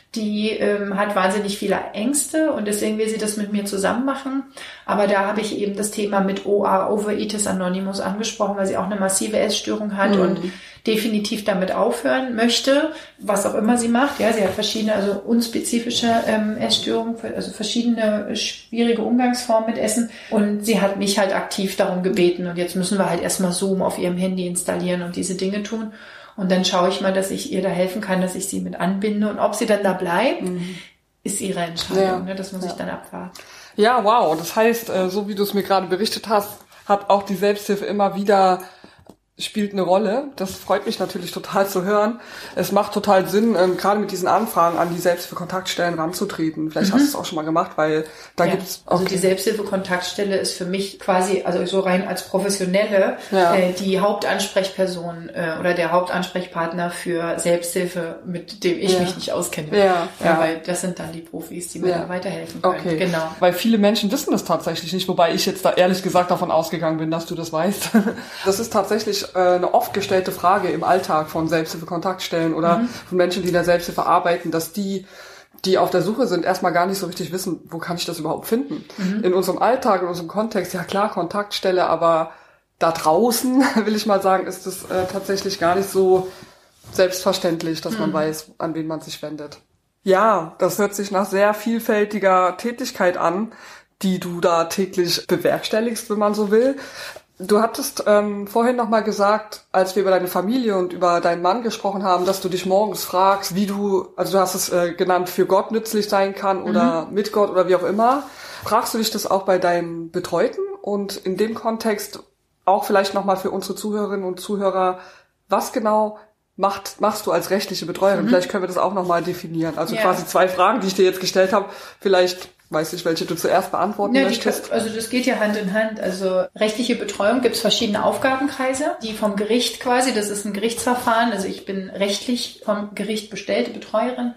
Die hat wahnsinnig viele Ängste und deswegen will sie das mit mir zusammen machen. Aber da habe ich eben das Thema mit OA, Overeaters Anonymous, angesprochen, weil sie auch eine massive Essstörung hat und definitiv damit aufhören möchte, was auch immer sie macht. Ja, sie hat verschiedene, also unspezifische Essstörungen, also verschiedene schwierige Umgangsformen mit Essen. Und sie hat mich halt aktiv darum gebeten. Und jetzt müssen wir halt erstmal Zoom auf ihrem Handy installieren und diese Dinge tun. Und dann schaue ich mal, dass ich ihr da helfen kann, dass ich sie mit anbinde. Und ob sie dann da bleibt, ist ihre Entscheidung. Ja. Ne? Das muss ich dann abwarten. Ja, wow. Das heißt, so wie du es mir gerade berichtet hast, hat auch die Selbsthilfe immer wieder spielt eine Rolle. Das freut mich natürlich total zu hören. Es macht total Sinn, gerade mit diesen Anfragen an die Selbsthilfe-Kontaktstellen ranzutreten. Vielleicht hast du es auch schon mal gemacht, weil da gibt's... Also die Selbsthilfe-Kontaktstelle ist für mich quasi, also so rein als Professionelle, die Hauptansprechperson oder der Hauptansprechpartner für Selbsthilfe, mit dem ich mich nicht auskenne. Weil das sind dann die Profis, die mir da weiterhelfen können. Okay. Genau. Weil viele Menschen wissen das tatsächlich nicht, wobei ich jetzt da ehrlich gesagt davon ausgegangen bin, dass du das weißt. Das ist tatsächlich eine oft gestellte Frage im Alltag von Selbsthilfe-Kontaktstellen oder von Menschen, die in der Selbsthilfe arbeiten, dass die auf der Suche sind, erstmal gar nicht so richtig wissen, wo kann ich das überhaupt finden. In unserem Alltag, in unserem Kontext, ja klar, Kontaktstelle, aber da draußen, will ich mal sagen, ist es tatsächlich gar nicht so selbstverständlich, dass man weiß, an wen man sich wendet. Ja, das hört sich nach sehr vielfältiger Tätigkeit an, die du da täglich bewerkstelligst, wenn man so will. Du hattest vorhin nochmal gesagt, als wir über deine Familie und über deinen Mann gesprochen haben, dass du dich morgens fragst, wie du, also du hast es genannt, für Gott nützlich sein kann oder mit Gott oder wie auch immer. Fragst du dich das auch bei deinen Betreuten? Und in dem Kontext auch vielleicht nochmal für unsere Zuhörerinnen und Zuhörer, was genau machst du als rechtliche Betreuerin? Vielleicht können wir das auch nochmal definieren. Also quasi 2 Fragen, die ich dir jetzt gestellt habe. Vielleicht weiß ich, welche du zuerst beantworten möchtest. Also das geht ja Hand in Hand. Also rechtliche Betreuung gibt es verschiedene Aufgabenkreise, die vom Gericht quasi, das ist ein Gerichtsverfahren, also ich bin rechtlich vom Gericht bestellte Betreuerin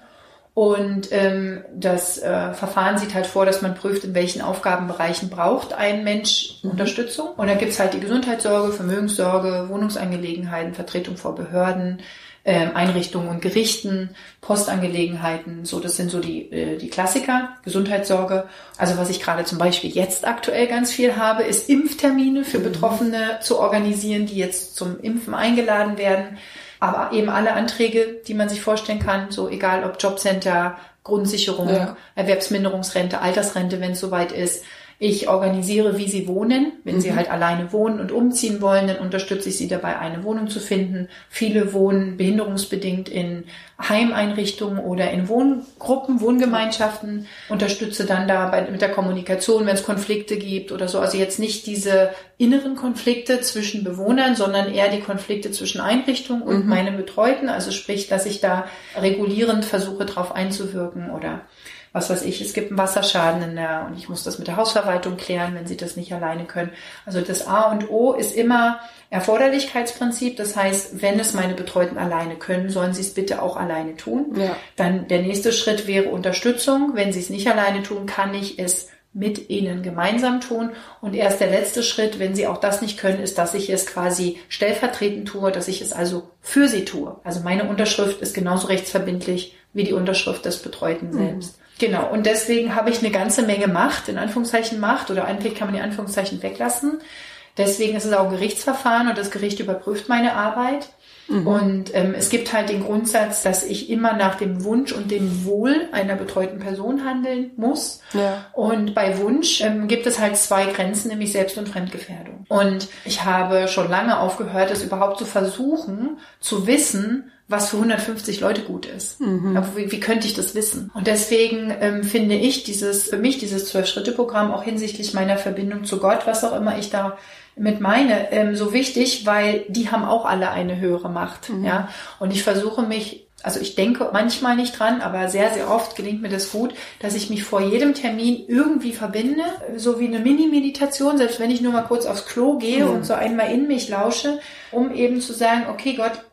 und das Verfahren sieht halt vor, dass man prüft, in welchen Aufgabenbereichen braucht ein Mensch Unterstützung. Und dann gibt's halt die Gesundheitssorge, Vermögenssorge, Wohnungsangelegenheiten, Vertretung vor Behörden, Einrichtungen und Gerichten, Postangelegenheiten, so das sind so die Klassiker, Gesundheitssorge. Also was ich gerade zum Beispiel jetzt aktuell ganz viel habe, ist Impftermine für Betroffene zu organisieren, die jetzt zum Impfen eingeladen werden. Aber eben alle Anträge, die man sich vorstellen kann, so egal ob Jobcenter, Grundsicherung, Erwerbsminderungsrente, Altersrente, wenn es soweit ist. Ich organisiere, wie sie wohnen. Wenn sie halt alleine wohnen und umziehen wollen, dann unterstütze ich sie dabei, eine Wohnung zu finden. Viele wohnen behinderungsbedingt in Heimeinrichtungen oder in Wohngruppen, Wohngemeinschaften. Unterstütze dann da mit der Kommunikation, wenn es Konflikte gibt oder so. Also jetzt nicht diese inneren Konflikte zwischen Bewohnern, sondern eher die Konflikte zwischen Einrichtungen und meinen Betreuten. Also sprich, dass ich da regulierend versuche, drauf einzuwirken oder was weiß ich, es gibt einen Wasserschaden und ich muss das mit der Hausverwaltung klären, wenn sie das nicht alleine können. Also das A und O ist immer Erforderlichkeitsprinzip. Das heißt, wenn es meine Betreuten alleine können, sollen sie es bitte auch alleine tun. Ja. Dann der nächste Schritt wäre Unterstützung. Wenn sie es nicht alleine tun, kann ich es mit ihnen gemeinsam tun. Und erst der letzte Schritt, wenn sie auch das nicht können, ist, dass ich es quasi stellvertretend tue, dass ich es also für sie tue. Also meine Unterschrift ist genauso rechtsverbindlich wie die Unterschrift des Betreuten selbst. Genau, und deswegen habe ich eine ganze Menge Macht, in Anführungszeichen Macht, oder eigentlich kann man die Anführungszeichen weglassen. Deswegen ist es auch ein Gerichtsverfahren und das Gericht überprüft meine Arbeit. Und es gibt halt den Grundsatz, dass ich immer nach dem Wunsch und dem Wohl einer betreuten Person handeln muss. Ja. Und bei Wunsch gibt es halt 2 Grenzen, nämlich Selbst- und Fremdgefährdung. Und ich habe schon lange aufgehört, es überhaupt zu versuchen, zu wissen, was für 150 Leute gut ist. Aber wie könnte ich das wissen? Und deswegen finde ich für mich dieses 12-Schritte-Programm auch hinsichtlich meiner Verbindung zu Gott, was auch immer ich da mit meine, so wichtig, weil die haben auch alle eine höhere Macht. Ja? Und ich versuche ich denke manchmal nicht dran, aber sehr, sehr oft gelingt mir das gut, dass ich mich vor jedem Termin irgendwie verbinde, so wie eine Mini-Meditation, selbst wenn ich nur mal kurz aufs Klo gehe und so einmal in mich lausche, um eben zu sagen, okay Gott,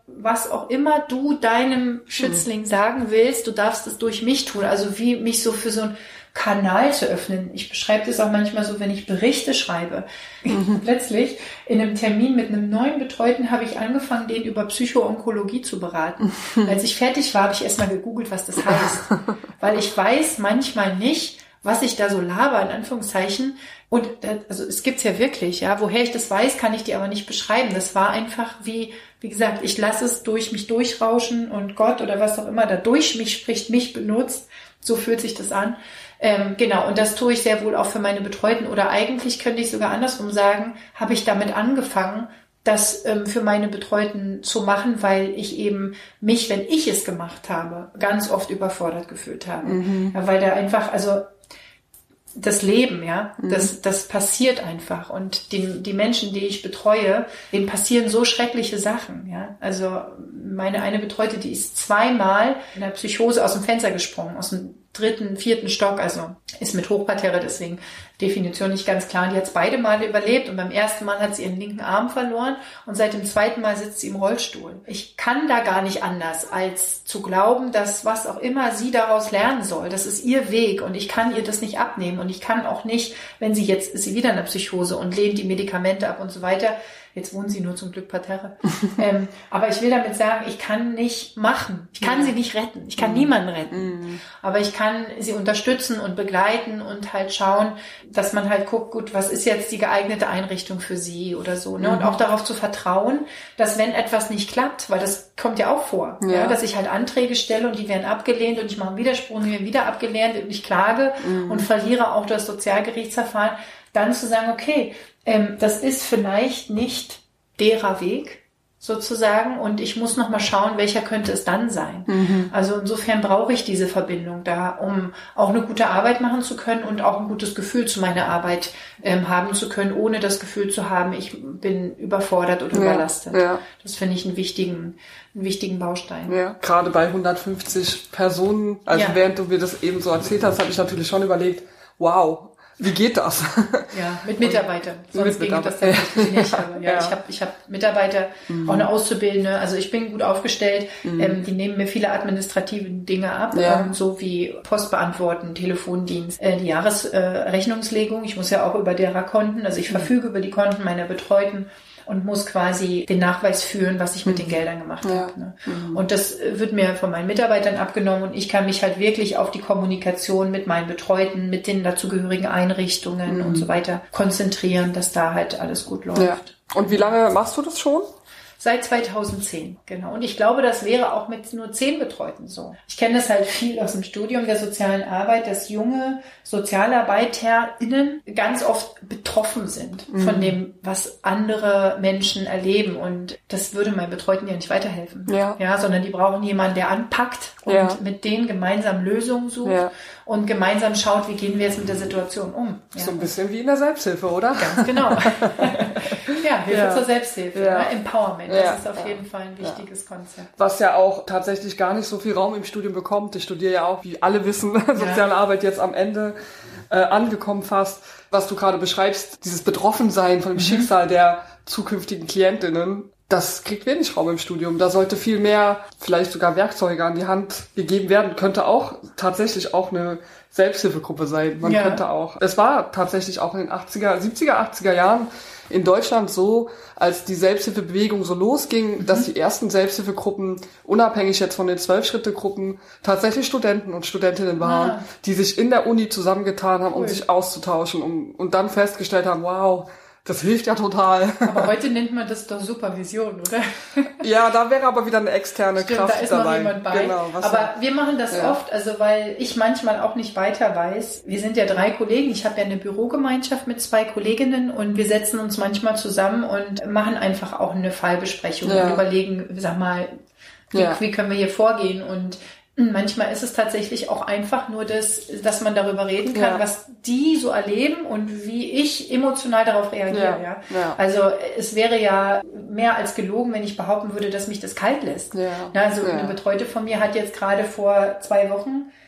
was auch immer du deinem Schützling sagen willst, du darfst es durch mich tun. Also wie mich so für so ein Kanal zu öffnen. Ich beschreibe das auch manchmal so, wenn ich Berichte schreibe. Plötzlich in einem Termin mit einem neuen Betreuten habe ich angefangen, den über Psycho-Onkologie zu beraten. Als ich fertig war, habe ich erstmal gegoogelt, was das heißt. Weil ich weiß manchmal nicht, was ich da so laber, in Anführungszeichen. Und also es gibt's ja wirklich, ja. Woher ich das weiß, kann ich dir aber nicht beschreiben. Das war einfach wie gesagt, ich lasse es durch mich durchrauschen und Gott oder was auch immer da durch mich spricht, mich benutzt. So fühlt sich das an. Genau, und das tue ich sehr wohl auch für meine Betreuten. Oder eigentlich könnte ich sogar andersrum sagen, habe ich damit angefangen, das für meine Betreuten zu machen, weil ich eben mich, wenn ich es gemacht habe, ganz oft überfordert gefühlt habe. Ja, weil da einfach, also das Leben, ja, das passiert einfach. Und die Menschen, die ich betreue, denen passieren so schreckliche Sachen, ja. Also meine eine Betreute, die ist 2-mal in der Psychose aus dem Fenster gesprungen, aus dem 3., 4. Stock, also ist mit Hochparterre, deswegen Definition nicht ganz klar. Und die hat es beide Male überlebt und beim ersten Mal hat sie ihren linken Arm verloren und seit dem 2. Mal sitzt sie im Rollstuhl. Ich kann da gar nicht anders, als zu glauben, dass was auch immer sie daraus lernen soll, das ist ihr Weg und ich kann ihr das nicht abnehmen und ich kann auch nicht, wenn sie jetzt ist sie wieder in der Psychose und lehnt die Medikamente ab und so weiter. Jetzt wohnen sie nur zum Glück Parterre. Aber ich will damit sagen, ich kann nicht machen. Ich kann sie nicht retten. Ich kann niemanden retten. Aber ich kann sie unterstützen und begleiten und halt schauen, dass man halt guckt, gut, was ist jetzt die geeignete Einrichtung für sie oder so. Ne? Und auch darauf zu vertrauen, dass wenn etwas nicht klappt, weil das kommt ja auch vor, ja, dass ich halt Anträge stelle und die werden abgelehnt und ich mache einen Widerspruch und die werden wieder abgelehnt und ich klage und verliere auch das Sozialgerichtsverfahren, dann zu sagen, okay, das ist vielleicht nicht derer Weg sozusagen und ich muss noch mal schauen, welcher könnte es dann sein. Also insofern brauche ich diese Verbindung da, um auch eine gute Arbeit machen zu können und auch ein gutes Gefühl zu meiner Arbeit haben zu können, ohne das Gefühl zu haben, ich bin überfordert oder überlastet. Ja. Das finde ich einen wichtigen Baustein. Ja, gerade bei 150 Personen, also während du mir das eben so erzählt hast, habe ich natürlich schon überlegt, wow, wie geht das? Ja, mit Mitarbeitern. Sonst ginge das tatsächlich nicht. Aber ich hab Mitarbeiter, auch eine Auszubildende. Also ich bin gut aufgestellt. Die nehmen mir viele administrative Dinge ab, so wie Post beantworten, Telefondienst, die Jahresrechnungslegung. Ich muss ja auch über derer Konten, also ich verfüge über die Konten meiner Betreuten und muss quasi den Nachweis führen, was ich mit den Geldern gemacht habe. Ne? Und das wird mir von meinen Mitarbeitern abgenommen und ich kann mich halt wirklich auf die Kommunikation mit meinen Betreuten, mit den dazugehörigen Einrichtungen und so weiter konzentrieren, dass da halt alles gut läuft. Ja. Und wie lange machst du das schon? Seit 2010, genau. Und ich glaube, das wäre auch mit nur 10 Betreuten so. Ich kenne das halt viel aus dem Studium der sozialen Arbeit, dass junge SozialarbeiterInnen ganz oft betroffen sind von dem, was andere Menschen erleben. Und das würde meinen Betreuten ja nicht weiterhelfen. Ja, sondern die brauchen jemanden, der anpackt und mit denen gemeinsam Lösungen sucht und gemeinsam schaut, wie gehen wir jetzt mit der Situation um. Ja. So ein bisschen wie in der Selbsthilfe, oder? Ganz genau. Ja, Hilfe zur Selbsthilfe, ne? Empowerment. Das ist auf jeden Fall ein wichtiges Konzept. Was ja auch tatsächlich gar nicht so viel Raum im Studium bekommt. Ich studiere ja auch, wie alle wissen, soziale Arbeit jetzt am Ende angekommen fast. Was du gerade beschreibst, dieses Betroffensein von dem Schicksal der zukünftigen Klientinnen, das kriegt wenig Raum im Studium. Da sollte viel mehr, vielleicht sogar Werkzeuge an die Hand gegeben werden. Könnte auch tatsächlich auch eine Selbsthilfegruppe sein. Man könnte auch. Es war tatsächlich auch in den 70er, 80er Jahren in Deutschland so, als die Selbsthilfebewegung so losging, dass die ersten Selbsthilfegruppen, unabhängig jetzt von den 12-Schritte-Gruppen, tatsächlich Studenten und Studentinnen waren, die sich in der Uni zusammengetan haben, um sich auszutauschen und dann festgestellt haben, wow, das hilft ja total. Aber heute nennt man das doch Supervision, oder? Ja, da wäre aber wieder eine externe Kraft da ist dabei. Noch jemand bei. Genau, aber wir machen das oft, also weil ich manchmal auch nicht weiter weiß. Wir sind ja 3 Kollegen. Ich habe ja eine Bürogemeinschaft mit 2 Kolleginnen und wir setzen uns manchmal zusammen und machen einfach auch eine Fallbesprechung und überlegen, sag mal, wie können wir hier vorgehen und manchmal ist es tatsächlich auch einfach nur dass man darüber reden kann, was die so erleben und wie ich emotional darauf reagiere. Ja. Also es wäre ja mehr als gelogen, wenn ich behaupten würde, dass mich das kalt lässt. Also eine Betreute von mir hat jetzt gerade vor 2 Wochen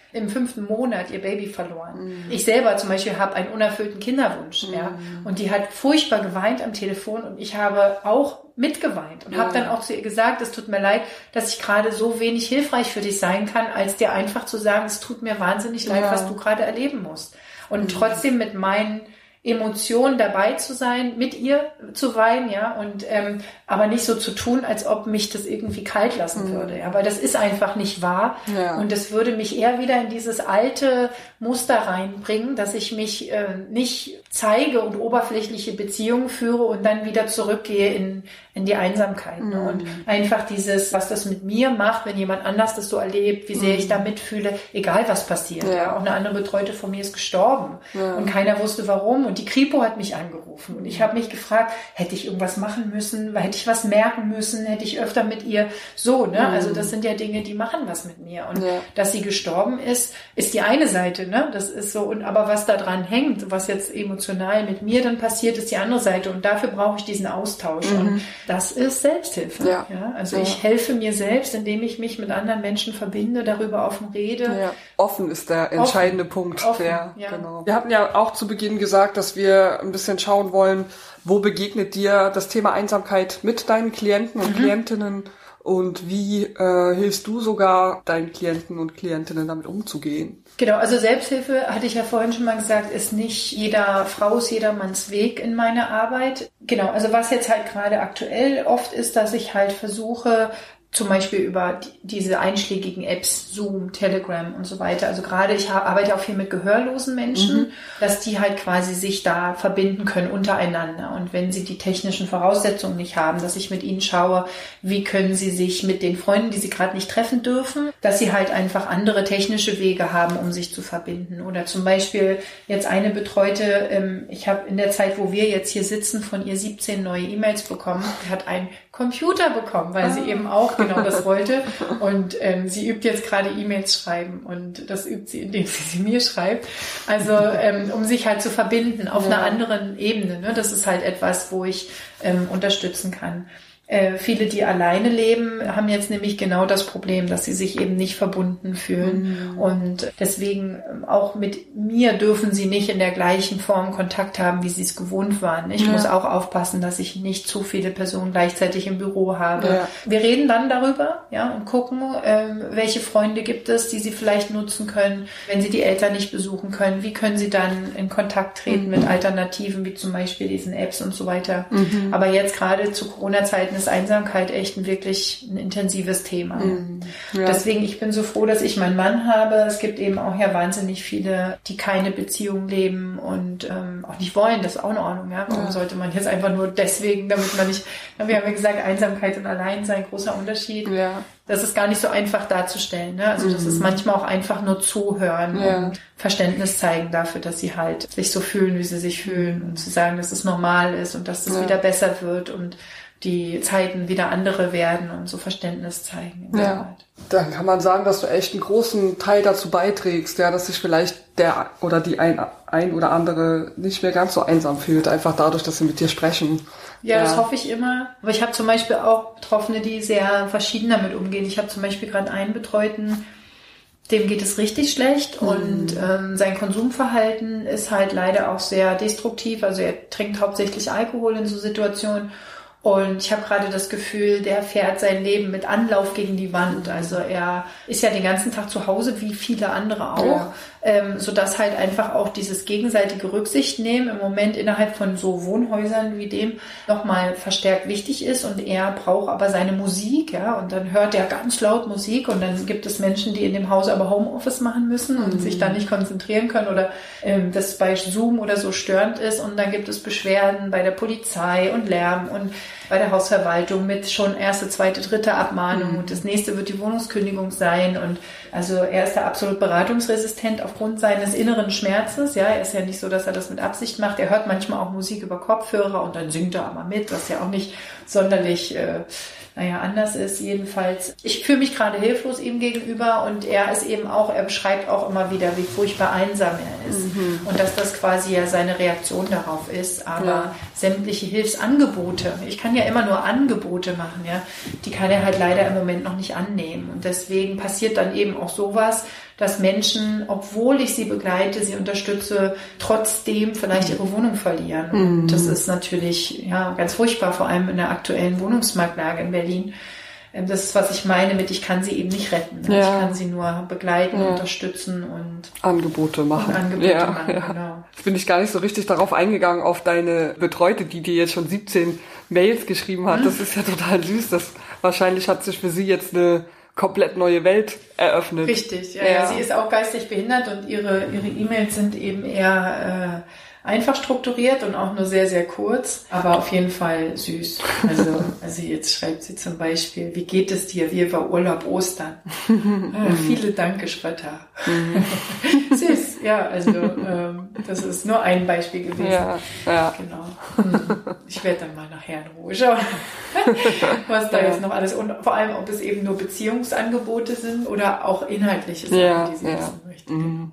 im 5. Monat ihr Baby verloren. Ich selber zum Beispiel habe einen unerfüllten Kinderwunsch, ja, und die hat furchtbar geweint am Telefon und ich habe auch mitgeweint und habe dann auch zu ihr gesagt, es tut mir leid, dass ich gerade so wenig hilfreich für dich sein kann, als dir einfach zu sagen, es tut mir wahnsinnig leid, was du gerade erleben musst. Und trotzdem mit meinen Emotionen dabei zu sein, mit ihr zu weinen, ja, und aber nicht so zu tun, als ob mich das irgendwie kalt lassen würde, ja, weil das ist einfach nicht wahr und das würde mich eher wieder in dieses alte Muster reinbringen, dass ich mich nicht zeige und oberflächliche Beziehungen führe und dann wieder zurückgehe in die Einsamkeit. Ne? Und einfach dieses, was das mit mir macht, wenn jemand anders das so erlebt, wie sehr ich da mitfühle, egal was passiert. Ja. Auch eine andere Betreute von mir ist gestorben und keiner wusste warum. Und die Kripo hat mich angerufen und ich habe mich gefragt, hätte ich irgendwas machen müssen, hätte ich was merken müssen, hätte ich öfter mit ihr so, ne? Also das sind ja Dinge, die machen was mit mir. Und dass sie gestorben ist die eine Seite, ne? Das ist so, und aber was da dran hängt, was jetzt emotional mit mir dann passiert, ist die andere Seite. Und dafür brauche ich diesen Austausch. Und das ist Selbsthilfe. Ja. Also ich helfe mir selbst, indem ich mich mit anderen Menschen verbinde, darüber offen rede. Ja. Offen ist der entscheidende Punkt. Offen, genau. Wir hatten ja auch zu Beginn gesagt, dass wir ein bisschen schauen wollen, wo begegnet dir das Thema Einsamkeit mit deinen Klienten und Klientinnen und wie hilfst du sogar deinen Klienten und Klientinnen damit umzugehen? Genau, also Selbsthilfe, hatte ich ja vorhin schon mal gesagt, ist nicht jeder Frau's, jedermanns Weg in meiner Arbeit. Genau, also was jetzt halt gerade aktuell oft ist, dass ich halt versuche, zum Beispiel über diese einschlägigen Apps, Zoom, Telegram und so weiter. Also gerade ich arbeite auch viel mit gehörlosen Menschen, dass die halt quasi sich da verbinden können untereinander. Und wenn sie die technischen Voraussetzungen nicht haben, dass ich mit ihnen schaue, wie können sie sich mit den Freunden, die sie gerade nicht treffen dürfen, dass sie halt einfach andere technische Wege haben, um sich zu verbinden. Oder zum Beispiel jetzt eine Betreute, ich habe in der Zeit, wo wir jetzt hier sitzen, von ihr 17 neue E-Mails bekommen, hat einen Computer bekommen, weil sie eben auch genau das wollte. Und sie übt jetzt gerade E-Mails schreiben und das übt sie, indem sie mir schreibt. Also um sich halt zu verbinden auf einer anderen Ebene. Ne? Das ist halt etwas, wo ich unterstützen kann. Viele, die alleine leben, haben jetzt nämlich genau das Problem, dass sie sich eben nicht verbunden fühlen. Und deswegen auch mit mir dürfen sie nicht in der gleichen Form Kontakt haben, wie sie es gewohnt waren. Ich muss auch aufpassen, dass ich nicht zu viele Personen gleichzeitig im Büro habe. Ja. Wir reden dann darüber, und gucken, welche Freunde gibt es, die sie vielleicht nutzen können, wenn sie die Eltern nicht besuchen können. Wie können sie dann in Kontakt treten mit Alternativen, wie zum Beispiel diesen Apps und so weiter. Aber jetzt gerade zu Corona-Zeiten ist Einsamkeit echt wirklich ein intensives Thema. Ja. Deswegen, ich bin so froh, dass ich meinen Mann habe. Es gibt eben auch wahnsinnig viele, die keine Beziehung leben und auch nicht wollen. Das ist auch in Ordnung. Ja? Warum sollte man jetzt einfach nur deswegen, damit man nicht, wir haben ja gesagt, Einsamkeit und Alleinsein, großer Unterschied. Ja. Das ist gar nicht so einfach darzustellen. Ne? Also das ist manchmal auch einfach nur zuhören und Verständnis zeigen dafür, dass sie halt sich so fühlen, wie sie sich fühlen und zu sagen, dass es normal ist und dass es wieder besser wird und die Zeiten wieder andere werden und so Verständnis zeigen. In der Arbeit. Dann kann man sagen, dass du echt einen großen Teil dazu beiträgst, dass sich vielleicht der oder die ein oder andere nicht mehr ganz so einsam fühlt, einfach dadurch, dass sie mit dir sprechen. Ja, das hoffe ich immer. Aber ich habe zum Beispiel auch Betroffene, die sehr verschieden damit umgehen. Ich habe zum Beispiel gerade einen Betreuten, dem geht es richtig schlecht und sein Konsumverhalten ist halt leider auch sehr destruktiv. Also er trinkt hauptsächlich Alkohol in so Situationen. Und ich habe gerade das Gefühl, der fährt sein Leben mit Anlauf gegen die Wand. Also er ist ja den ganzen Tag zu Hause, wie viele andere auch, sodass halt einfach auch dieses gegenseitige Rücksicht nehmen im Moment innerhalb von so Wohnhäusern wie dem nochmal verstärkt wichtig ist. Und er braucht aber seine Musik, und dann hört er ganz laut Musik und dann gibt es Menschen, die in dem Haus aber Homeoffice machen müssen und sich da nicht konzentrieren können oder das bei Zoom oder so störend ist. Und dann gibt es Beschwerden bei der Polizei und Lärm und bei der Hausverwaltung mit schon erste, zweite, dritte Abmahnung. Und das nächste wird die Wohnungskündigung sein. Und also er ist da absolut beratungsresistent aufgrund seines inneren Schmerzes. Ja, er ist ja nicht so, dass er das mit Absicht macht. Er hört manchmal auch Musik über Kopfhörer und dann singt er aber mit, was ja auch nicht sonderlich anders ist. Jedenfalls, ich fühle mich gerade hilflos ihm gegenüber und er ist eben auch, er beschreibt auch immer wieder, wie furchtbar einsam er ist. Und dass das quasi ja seine Reaktion darauf ist. Aber sämtliche Hilfsangebote, ich kann ja immer nur Angebote machen, die kann er halt leider im Moment noch nicht annehmen. Und deswegen passiert dann eben auch sowas, dass Menschen, obwohl ich sie begleite, sie unterstütze, trotzdem vielleicht ihre Wohnung verlieren. Und das ist natürlich ganz furchtbar, vor allem in der aktuellen Wohnungsmarktlage in Berlin. Das ist, was ich meine mit, ich kann sie eben nicht retten. Ich kann sie nur begleiten, unterstützen und Angebote machen. Genau. Jetzt bin ich gar nicht so richtig darauf eingegangen, auf deine Betreute, die dir jetzt schon 17 Mails geschrieben hat. Das ist ja total süß. Wahrscheinlich hat sich für sie jetzt eine komplett neue Welt eröffnet. Richtig, ja. Sie ist auch geistig behindert und ihre E-Mails sind eben eher einfach strukturiert und auch nur sehr, sehr kurz, aber auf jeden Fall süß. Also jetzt schreibt sie zum Beispiel, wie geht es dir? Wie war Urlaub Ostern? Viele Danke, Schrotter. Süß, das ist nur ein Beispiel gewesen. Ja. Genau. Ich werde dann mal nachher in Ruhe schauen, was da jetzt noch alles, und vor allem, ob es eben nur Beziehungsangebote sind oder auch inhaltliche Sachen, die sie wissen möchte.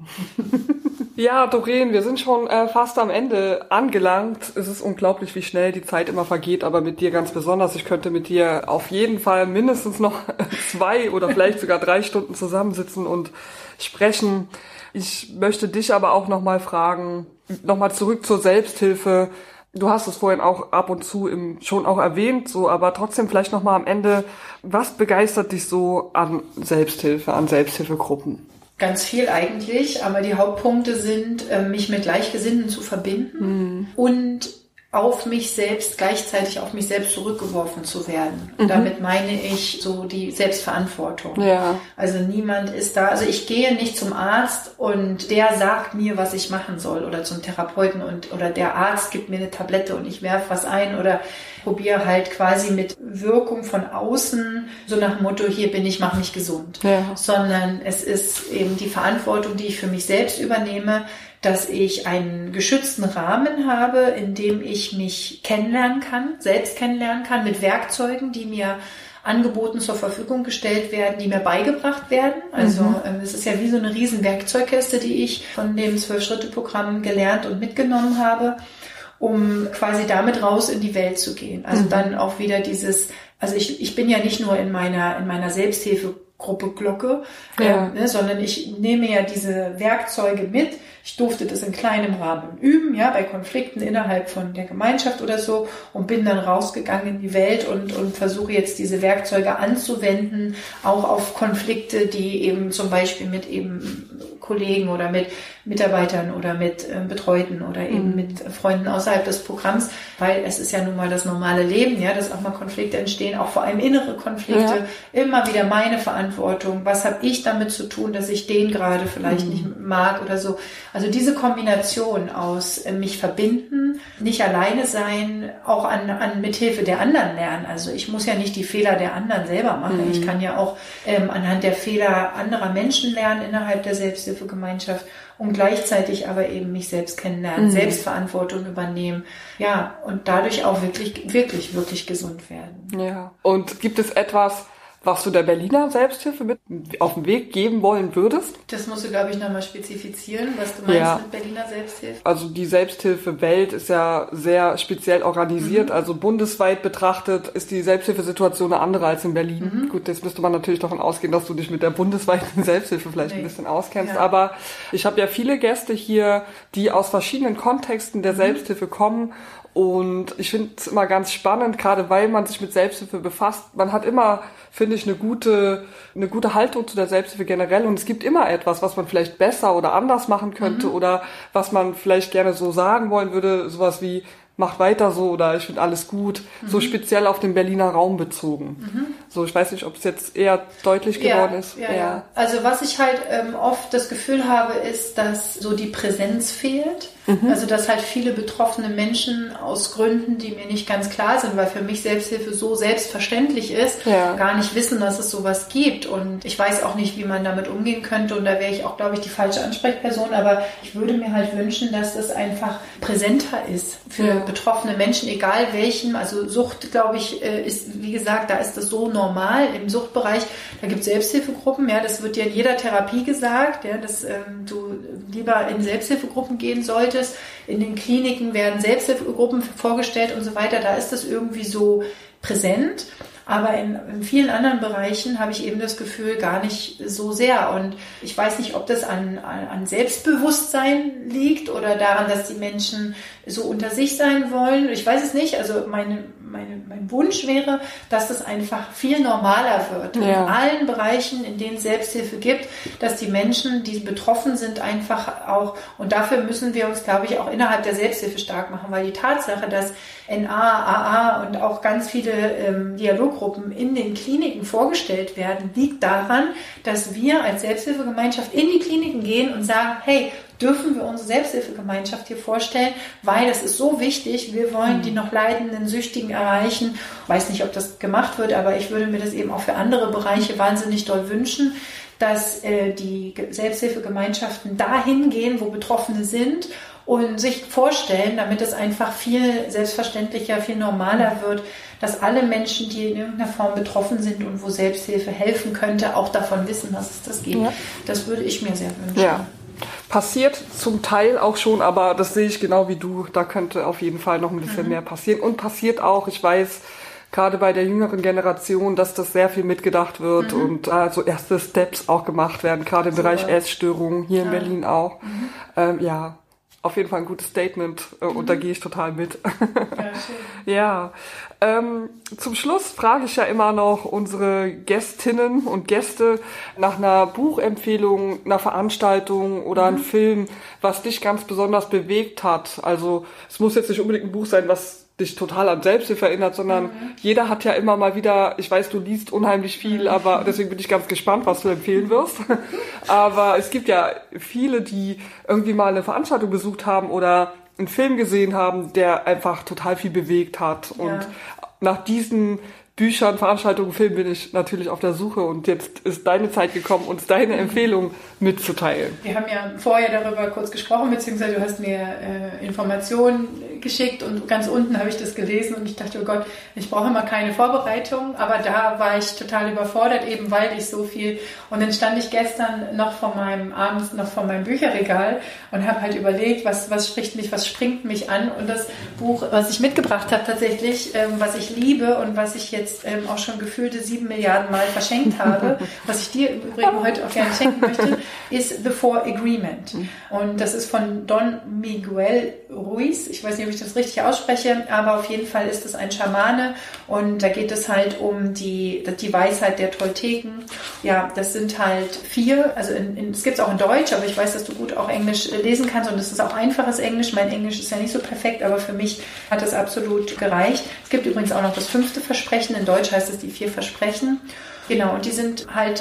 Ja, Doreen, wir sind schon fast am Ende angelangt. Es ist unglaublich, wie schnell die Zeit immer vergeht, aber mit dir ganz besonders. Ich könnte mit dir auf jeden Fall mindestens noch 2 oder vielleicht sogar 3 Stunden zusammensitzen und sprechen. Ich möchte dich aber auch nochmal fragen, nochmal zurück zur Selbsthilfe. Du hast es vorhin auch ab und zu schon auch erwähnt, so, aber trotzdem vielleicht nochmal am Ende, was begeistert dich so an Selbsthilfe, an Selbsthilfegruppen? Ganz viel eigentlich, aber die Hauptpunkte sind, mich mit Gleichgesinnten zu verbinden und gleichzeitig auf mich selbst zurückgeworfen zu werden. Damit meine ich so die Selbstverantwortung. Ja. Also niemand ist da, also ich gehe nicht zum Arzt und der sagt mir, was ich machen soll, oder zum Therapeuten oder der Arzt gibt mir eine Tablette und ich werfe was ein oder probiere halt quasi mit Wirkung von außen, so nach dem Motto, hier bin ich, mach mich gesund. Ja. Sondern es ist eben die Verantwortung, die ich für mich selbst übernehme, dass ich einen geschützten Rahmen habe, in dem ich mich selbst kennenlernen kann, mit Werkzeugen, die mir angeboten zur Verfügung gestellt werden, die mir beigebracht werden. Also es ist ja wie so eine riesen Werkzeugkiste, die ich von dem 12-Schritte-Programm gelernt und mitgenommen habe, um quasi damit raus in die Welt zu gehen. Also dann auch wieder ich bin ja nicht nur in meiner Selbsthilfegruppe Glocke, sondern ich nehme ja diese Werkzeuge mit. Ich durfte das in kleinem Rahmen üben, bei Konflikten innerhalb von der Gemeinschaft oder so, und bin dann rausgegangen in die Welt und versuche jetzt diese Werkzeuge anzuwenden, auch auf Konflikte, die eben zum Beispiel mit eben Kollegen oder mit Mitarbeitern oder mit Betreuten oder eben mit Freunden außerhalb des Programms, weil es ist ja nun mal das normale Leben, dass auch mal Konflikte entstehen, auch vor allem innere Konflikte, immer wieder meine Verantwortung, was habe ich damit zu tun, dass ich den gerade vielleicht nicht mag oder so. Also diese Kombination aus mich verbinden, nicht alleine sein, auch mithilfe der anderen lernen. Also ich muss ja nicht die Fehler der anderen selber machen. Ich kann ja auch anhand der Fehler anderer Menschen lernen innerhalb der Selbsthilfegemeinschaft und gleichzeitig aber eben mich selbst kennenlernen, Selbstverantwortung übernehmen, und dadurch auch wirklich, wirklich, wirklich gesund werden. Ja. Und gibt es etwas, was du der Berliner Selbsthilfe mit auf den Weg geben wollen würdest? Das musst du, glaube ich, nochmal spezifizieren, was du meinst mit Berliner Selbsthilfe. Also die Selbsthilfewelt ist ja sehr speziell organisiert. Also bundesweit betrachtet ist die Selbsthilfesituation eine andere als in Berlin. Gut, jetzt müsste man natürlich davon ausgehen, dass du dich mit der bundesweiten Selbsthilfe vielleicht ein bisschen auskennst. Ja. Aber ich habe ja viele Gäste hier, die aus verschiedenen Kontexten der Selbsthilfe kommen. Und ich finde es immer ganz spannend, gerade weil man sich mit Selbsthilfe befasst. Man hat immer, finde ich, eine gute Haltung zu der Selbsthilfe generell. Und es gibt immer etwas, was man vielleicht besser oder anders machen könnte oder was man vielleicht gerne so sagen wollen würde. Sowas wie, macht weiter so oder ich finde alles gut. So speziell auf den Berliner Raum bezogen. So, ich weiß nicht, ob es jetzt eher deutlich geworden ist. Ja. Also was ich halt oft das Gefühl habe, ist, dass so die Präsenz fehlt. Also dass halt viele betroffene Menschen aus Gründen, die mir nicht ganz klar sind, weil für mich Selbsthilfe so selbstverständlich ist, gar nicht wissen, dass es sowas gibt. Und ich weiß auch nicht, wie man damit umgehen könnte. Und da wäre ich auch, glaube ich, die falsche Ansprechperson. Aber ich würde mir halt wünschen, dass es einfach präsenter ist für betroffene Menschen, egal welchem. Also Sucht, glaube ich, ist, wie gesagt, da ist das so normal im Suchtbereich. Da gibt es Selbsthilfegruppen. Das wird dir in jeder Therapie gesagt, dass du lieber in Selbsthilfegruppen gehen solltest. In den Kliniken werden Selbsthilfegruppen vorgestellt und so weiter. Da ist das irgendwie so präsent. Aber in vielen anderen Bereichen habe ich eben das Gefühl, gar nicht so sehr. Und ich weiß nicht, ob das an Selbstbewusstsein liegt oder daran, dass die Menschen so unter sich sein wollen. Ich weiß es nicht. Also mein Wunsch wäre, dass das einfach viel normaler wird. In allen Bereichen, in denen es Selbsthilfe gibt, dass die Menschen, die betroffen sind, einfach auch, und dafür müssen wir uns, glaube ich, auch innerhalb der Selbsthilfe stark machen, weil die Tatsache, dass NA, AA und auch ganz viele Dialoggruppen in den Kliniken vorgestellt werden, liegt daran, dass wir als Selbsthilfegemeinschaft in die Kliniken gehen und sagen, hey, dürfen wir unsere Selbsthilfegemeinschaft hier vorstellen, weil das ist so wichtig. Wir wollen die noch leidenden Süchtigen erreichen. Ich weiß nicht, ob das gemacht wird, aber ich würde mir das eben auch für andere Bereiche wahnsinnig doll wünschen, dass die Selbsthilfegemeinschaften dahin gehen, wo Betroffene sind und sich vorstellen, damit es einfach viel selbstverständlicher, viel normaler wird, dass alle Menschen, die in irgendeiner Form betroffen sind und wo Selbsthilfe helfen könnte, auch davon wissen, dass es das gibt. Ja. Das würde ich mir sehr wünschen. Ja. Passiert zum Teil auch schon, aber das sehe ich genau wie du. Da könnte auf jeden Fall noch ein bisschen mehr passieren. Und passiert auch, ich weiß, gerade bei der jüngeren Generation, dass das sehr viel mitgedacht wird und so erste Steps auch gemacht werden, gerade im Bereich Essstörungen, hier in Berlin auch. Auf jeden Fall ein gutes Statement und da gehe ich total mit. Ja, zum Schluss frage ich ja immer noch unsere Gästinnen und Gäste nach einer Buchempfehlung, einer Veranstaltung oder einem Film, was dich ganz besonders bewegt hat. Also es muss jetzt nicht unbedingt ein Buch sein, was dich total an Selbsthilfe erinnert, sondern jeder hat ja immer mal wieder, ich weiß, du liest unheimlich viel, aber deswegen bin ich ganz gespannt, was du empfehlen wirst. Aber es gibt ja viele, die irgendwie mal eine Veranstaltung besucht haben oder einen Film gesehen haben, der einfach total viel bewegt hat. Und nach diesen Büchern, Veranstaltungen, Filmen bin ich natürlich auf der Suche und jetzt ist deine Zeit gekommen, uns deine Empfehlung mitzuteilen. Wir haben ja vorher darüber kurz gesprochen, beziehungsweise du hast mir Informationen geschickt und ganz unten habe ich das gelesen und ich dachte, oh Gott, ich brauche immer keine Vorbereitung, aber da war ich total überfordert, eben weil ich so viel, und dann stand ich gestern abends noch vor meinem Bücherregal und habe halt überlegt, was springt mich an, und das Buch, was ich mitgebracht habe tatsächlich, was ich liebe und was ich jetzt auch schon gefühlte 7 Milliarden Mal verschenkt habe, was ich dir im Übrigen heute auch gerne schenken möchte, ist The Four Agreement. Und das ist von Don Miguel Ruiz. Ich weiß nicht, ob ich das richtig ausspreche, aber auf jeden Fall ist es ein Schamane und da geht es halt um die Weisheit der Tolteken. Ja, das sind halt 4, also es gibt es auch in Deutsch, aber ich weiß, dass du gut auch Englisch lesen kannst und es ist auch einfaches Englisch. Mein Englisch ist ja nicht so perfekt, aber für mich hat es absolut gereicht. Es gibt übrigens auch noch das 5. Versprechen. In Deutsch heißt es die 4 Versprechen. Genau, und die sind halt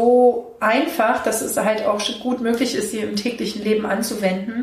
so einfach, dass es halt auch gut möglich ist, sie im täglichen Leben anzuwenden.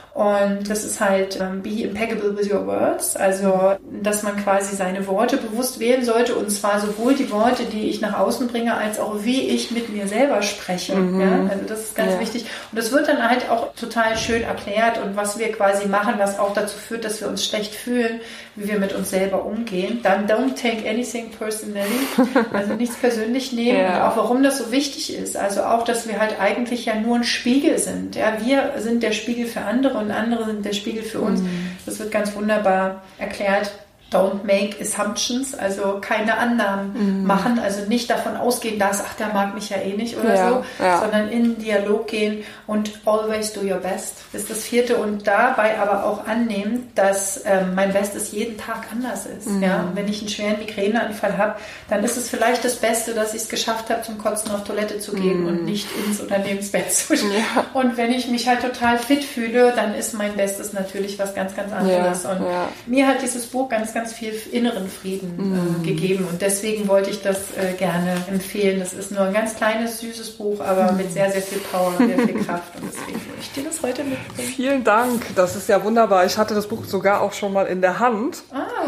Und das ist halt be impeccable with your words, also dass man quasi seine Worte bewusst wählen sollte, und zwar sowohl die Worte, die ich nach außen bringe, als auch wie ich mit mir selber spreche. Ja? Also das ist ganz wichtig. Und das wird dann halt auch total schön erklärt und was wir quasi machen, was auch dazu führt, dass wir uns schlecht fühlen, wie wir mit uns selber umgehen. Dann don't take anything personally, also nichts persönlich nehmen und auch warum das so wichtig ist. Also auch, dass wir halt eigentlich ja nur ein Spiegel sind. Ja, wir sind der Spiegel für andere und andere sind der Spiegel für uns. Das wird ganz wunderbar erklärt. Don't make assumptions, also keine Annahmen machen, also nicht davon ausgehen, dass, der mag mich ja eh nicht oder sondern in den Dialog gehen und always do your best ist das 4. und dabei aber auch annehmen, dass mein Bestes jeden Tag anders ist. Ja? Und wenn ich einen schweren Migräneanfall habe, dann ist es vielleicht das Beste, dass ich es geschafft habe, zum Kotzen auf Toilette zu gehen und nicht ins oder neben das Bett zu gehen. Und wenn ich mich halt total fit fühle, dann ist mein Bestes natürlich was ganz, ganz anderes. Und mir hat dieses Buch ganz, ganz viel inneren Frieden gegeben und deswegen wollte ich das gerne empfehlen. Das ist nur ein ganz kleines, süßes Buch, aber mit sehr, sehr viel Power, sehr viel Kraft und deswegen wollte ich dir das heute mitbringen. Vielen Dank, das ist ja wunderbar. Ich hatte das Buch sogar auch schon mal in der Hand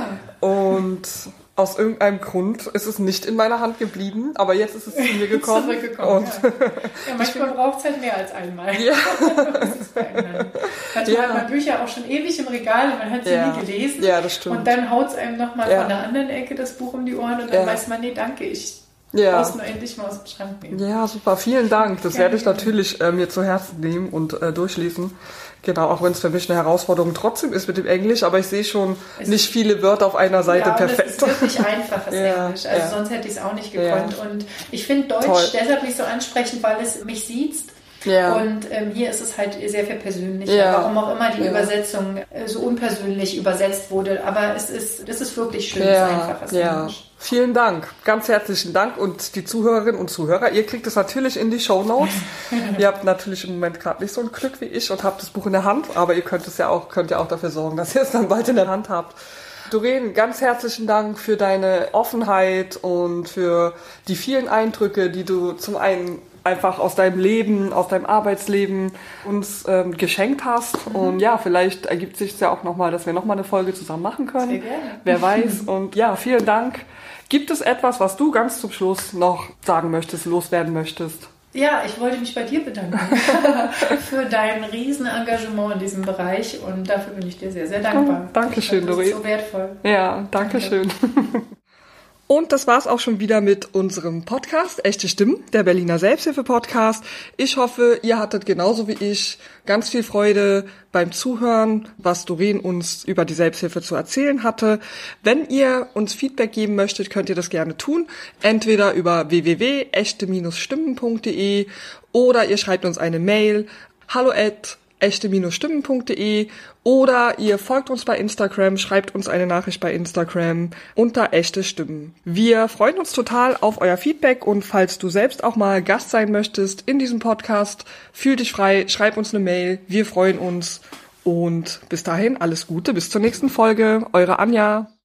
und aus irgendeinem Grund ist es nicht in meiner Hand geblieben, aber jetzt ist es zu mir gekommen. Zurückgekommen, manchmal braucht es halt mehr als einmal. Das ist manchmal hat man Bücher auch schon ewig im Regal und man hat sie nie gelesen. Ja, das stimmt. Und dann haut es einem nochmal von der anderen Ecke das Buch um die Ohren und dann weiß man, nee, danke, ich Ja. Brauchst nur endlich mal aus dem Schrank nehmen. Ja, super. Vielen Dank. Das werde ich natürlich mir zu Herzen nehmen und durchlesen. Genau, auch wenn es für mich eine Herausforderung trotzdem ist mit dem Englisch, aber ich sehe schon nicht viele Wörter auf einer Seite perfekt. Es ist wirklich einfaches Englisch, also sonst hätte ich es auch nicht gekonnt. Und ich finde Deutsch deshalb nicht so ansprechend, weil es mich sieht. Ja. Und hier ist es halt sehr viel persönlicher, warum auch immer die Übersetzung so unpersönlich übersetzt wurde. Aber das ist wirklich schönes, einfaches Englisch. Vielen Dank, ganz herzlichen Dank. Und die Zuhörerinnen und Zuhörer, ihr kriegt es natürlich in die Shownotes. Ihr habt natürlich im Moment gerade nicht so ein Glück wie ich und habt das Buch in der Hand, aber ihr könnt ja auch dafür sorgen, dass ihr es dann bald in der Hand habt. Doreen, ganz herzlichen Dank für deine Offenheit und für die vielen Eindrücke, die du zum einen einfach aus deinem Leben, aus deinem Arbeitsleben uns geschenkt hast. Und ja, vielleicht ergibt sich ja auch nochmal, dass wir nochmal eine Folge zusammen machen können. Sehr gerne. Wer weiß. Und ja, vielen Dank. Gibt es etwas, was du ganz zum Schluss noch sagen möchtest, loswerden möchtest? Ja, ich wollte mich bei dir bedanken für dein Riesenengagement in diesem Bereich und dafür bin ich dir sehr, sehr dankbar. Dankeschön, Doreen. Das ist so wertvoll. Ja, Dankeschön. Und das war's auch schon wieder mit unserem Podcast Echte Stimmen, der Berliner Selbsthilfe-Podcast. Ich hoffe, ihr hattet genauso wie ich ganz viel Freude beim Zuhören, was Doreen uns über die Selbsthilfe zu erzählen hatte. Wenn ihr uns Feedback geben möchtet, könnt ihr das gerne tun. Entweder über www.echte-stimmen.de oder ihr schreibt uns eine Mail hallo@echte-stimmen.de oder ihr folgt uns bei Instagram, schreibt uns eine Nachricht bei Instagram unter Echte Stimmen. Wir freuen uns total auf euer Feedback und falls du selbst auch mal Gast sein möchtest in diesem Podcast, fühl dich frei, schreib uns eine Mail, wir freuen uns und bis dahin alles Gute, bis zur nächsten Folge, eure Anja.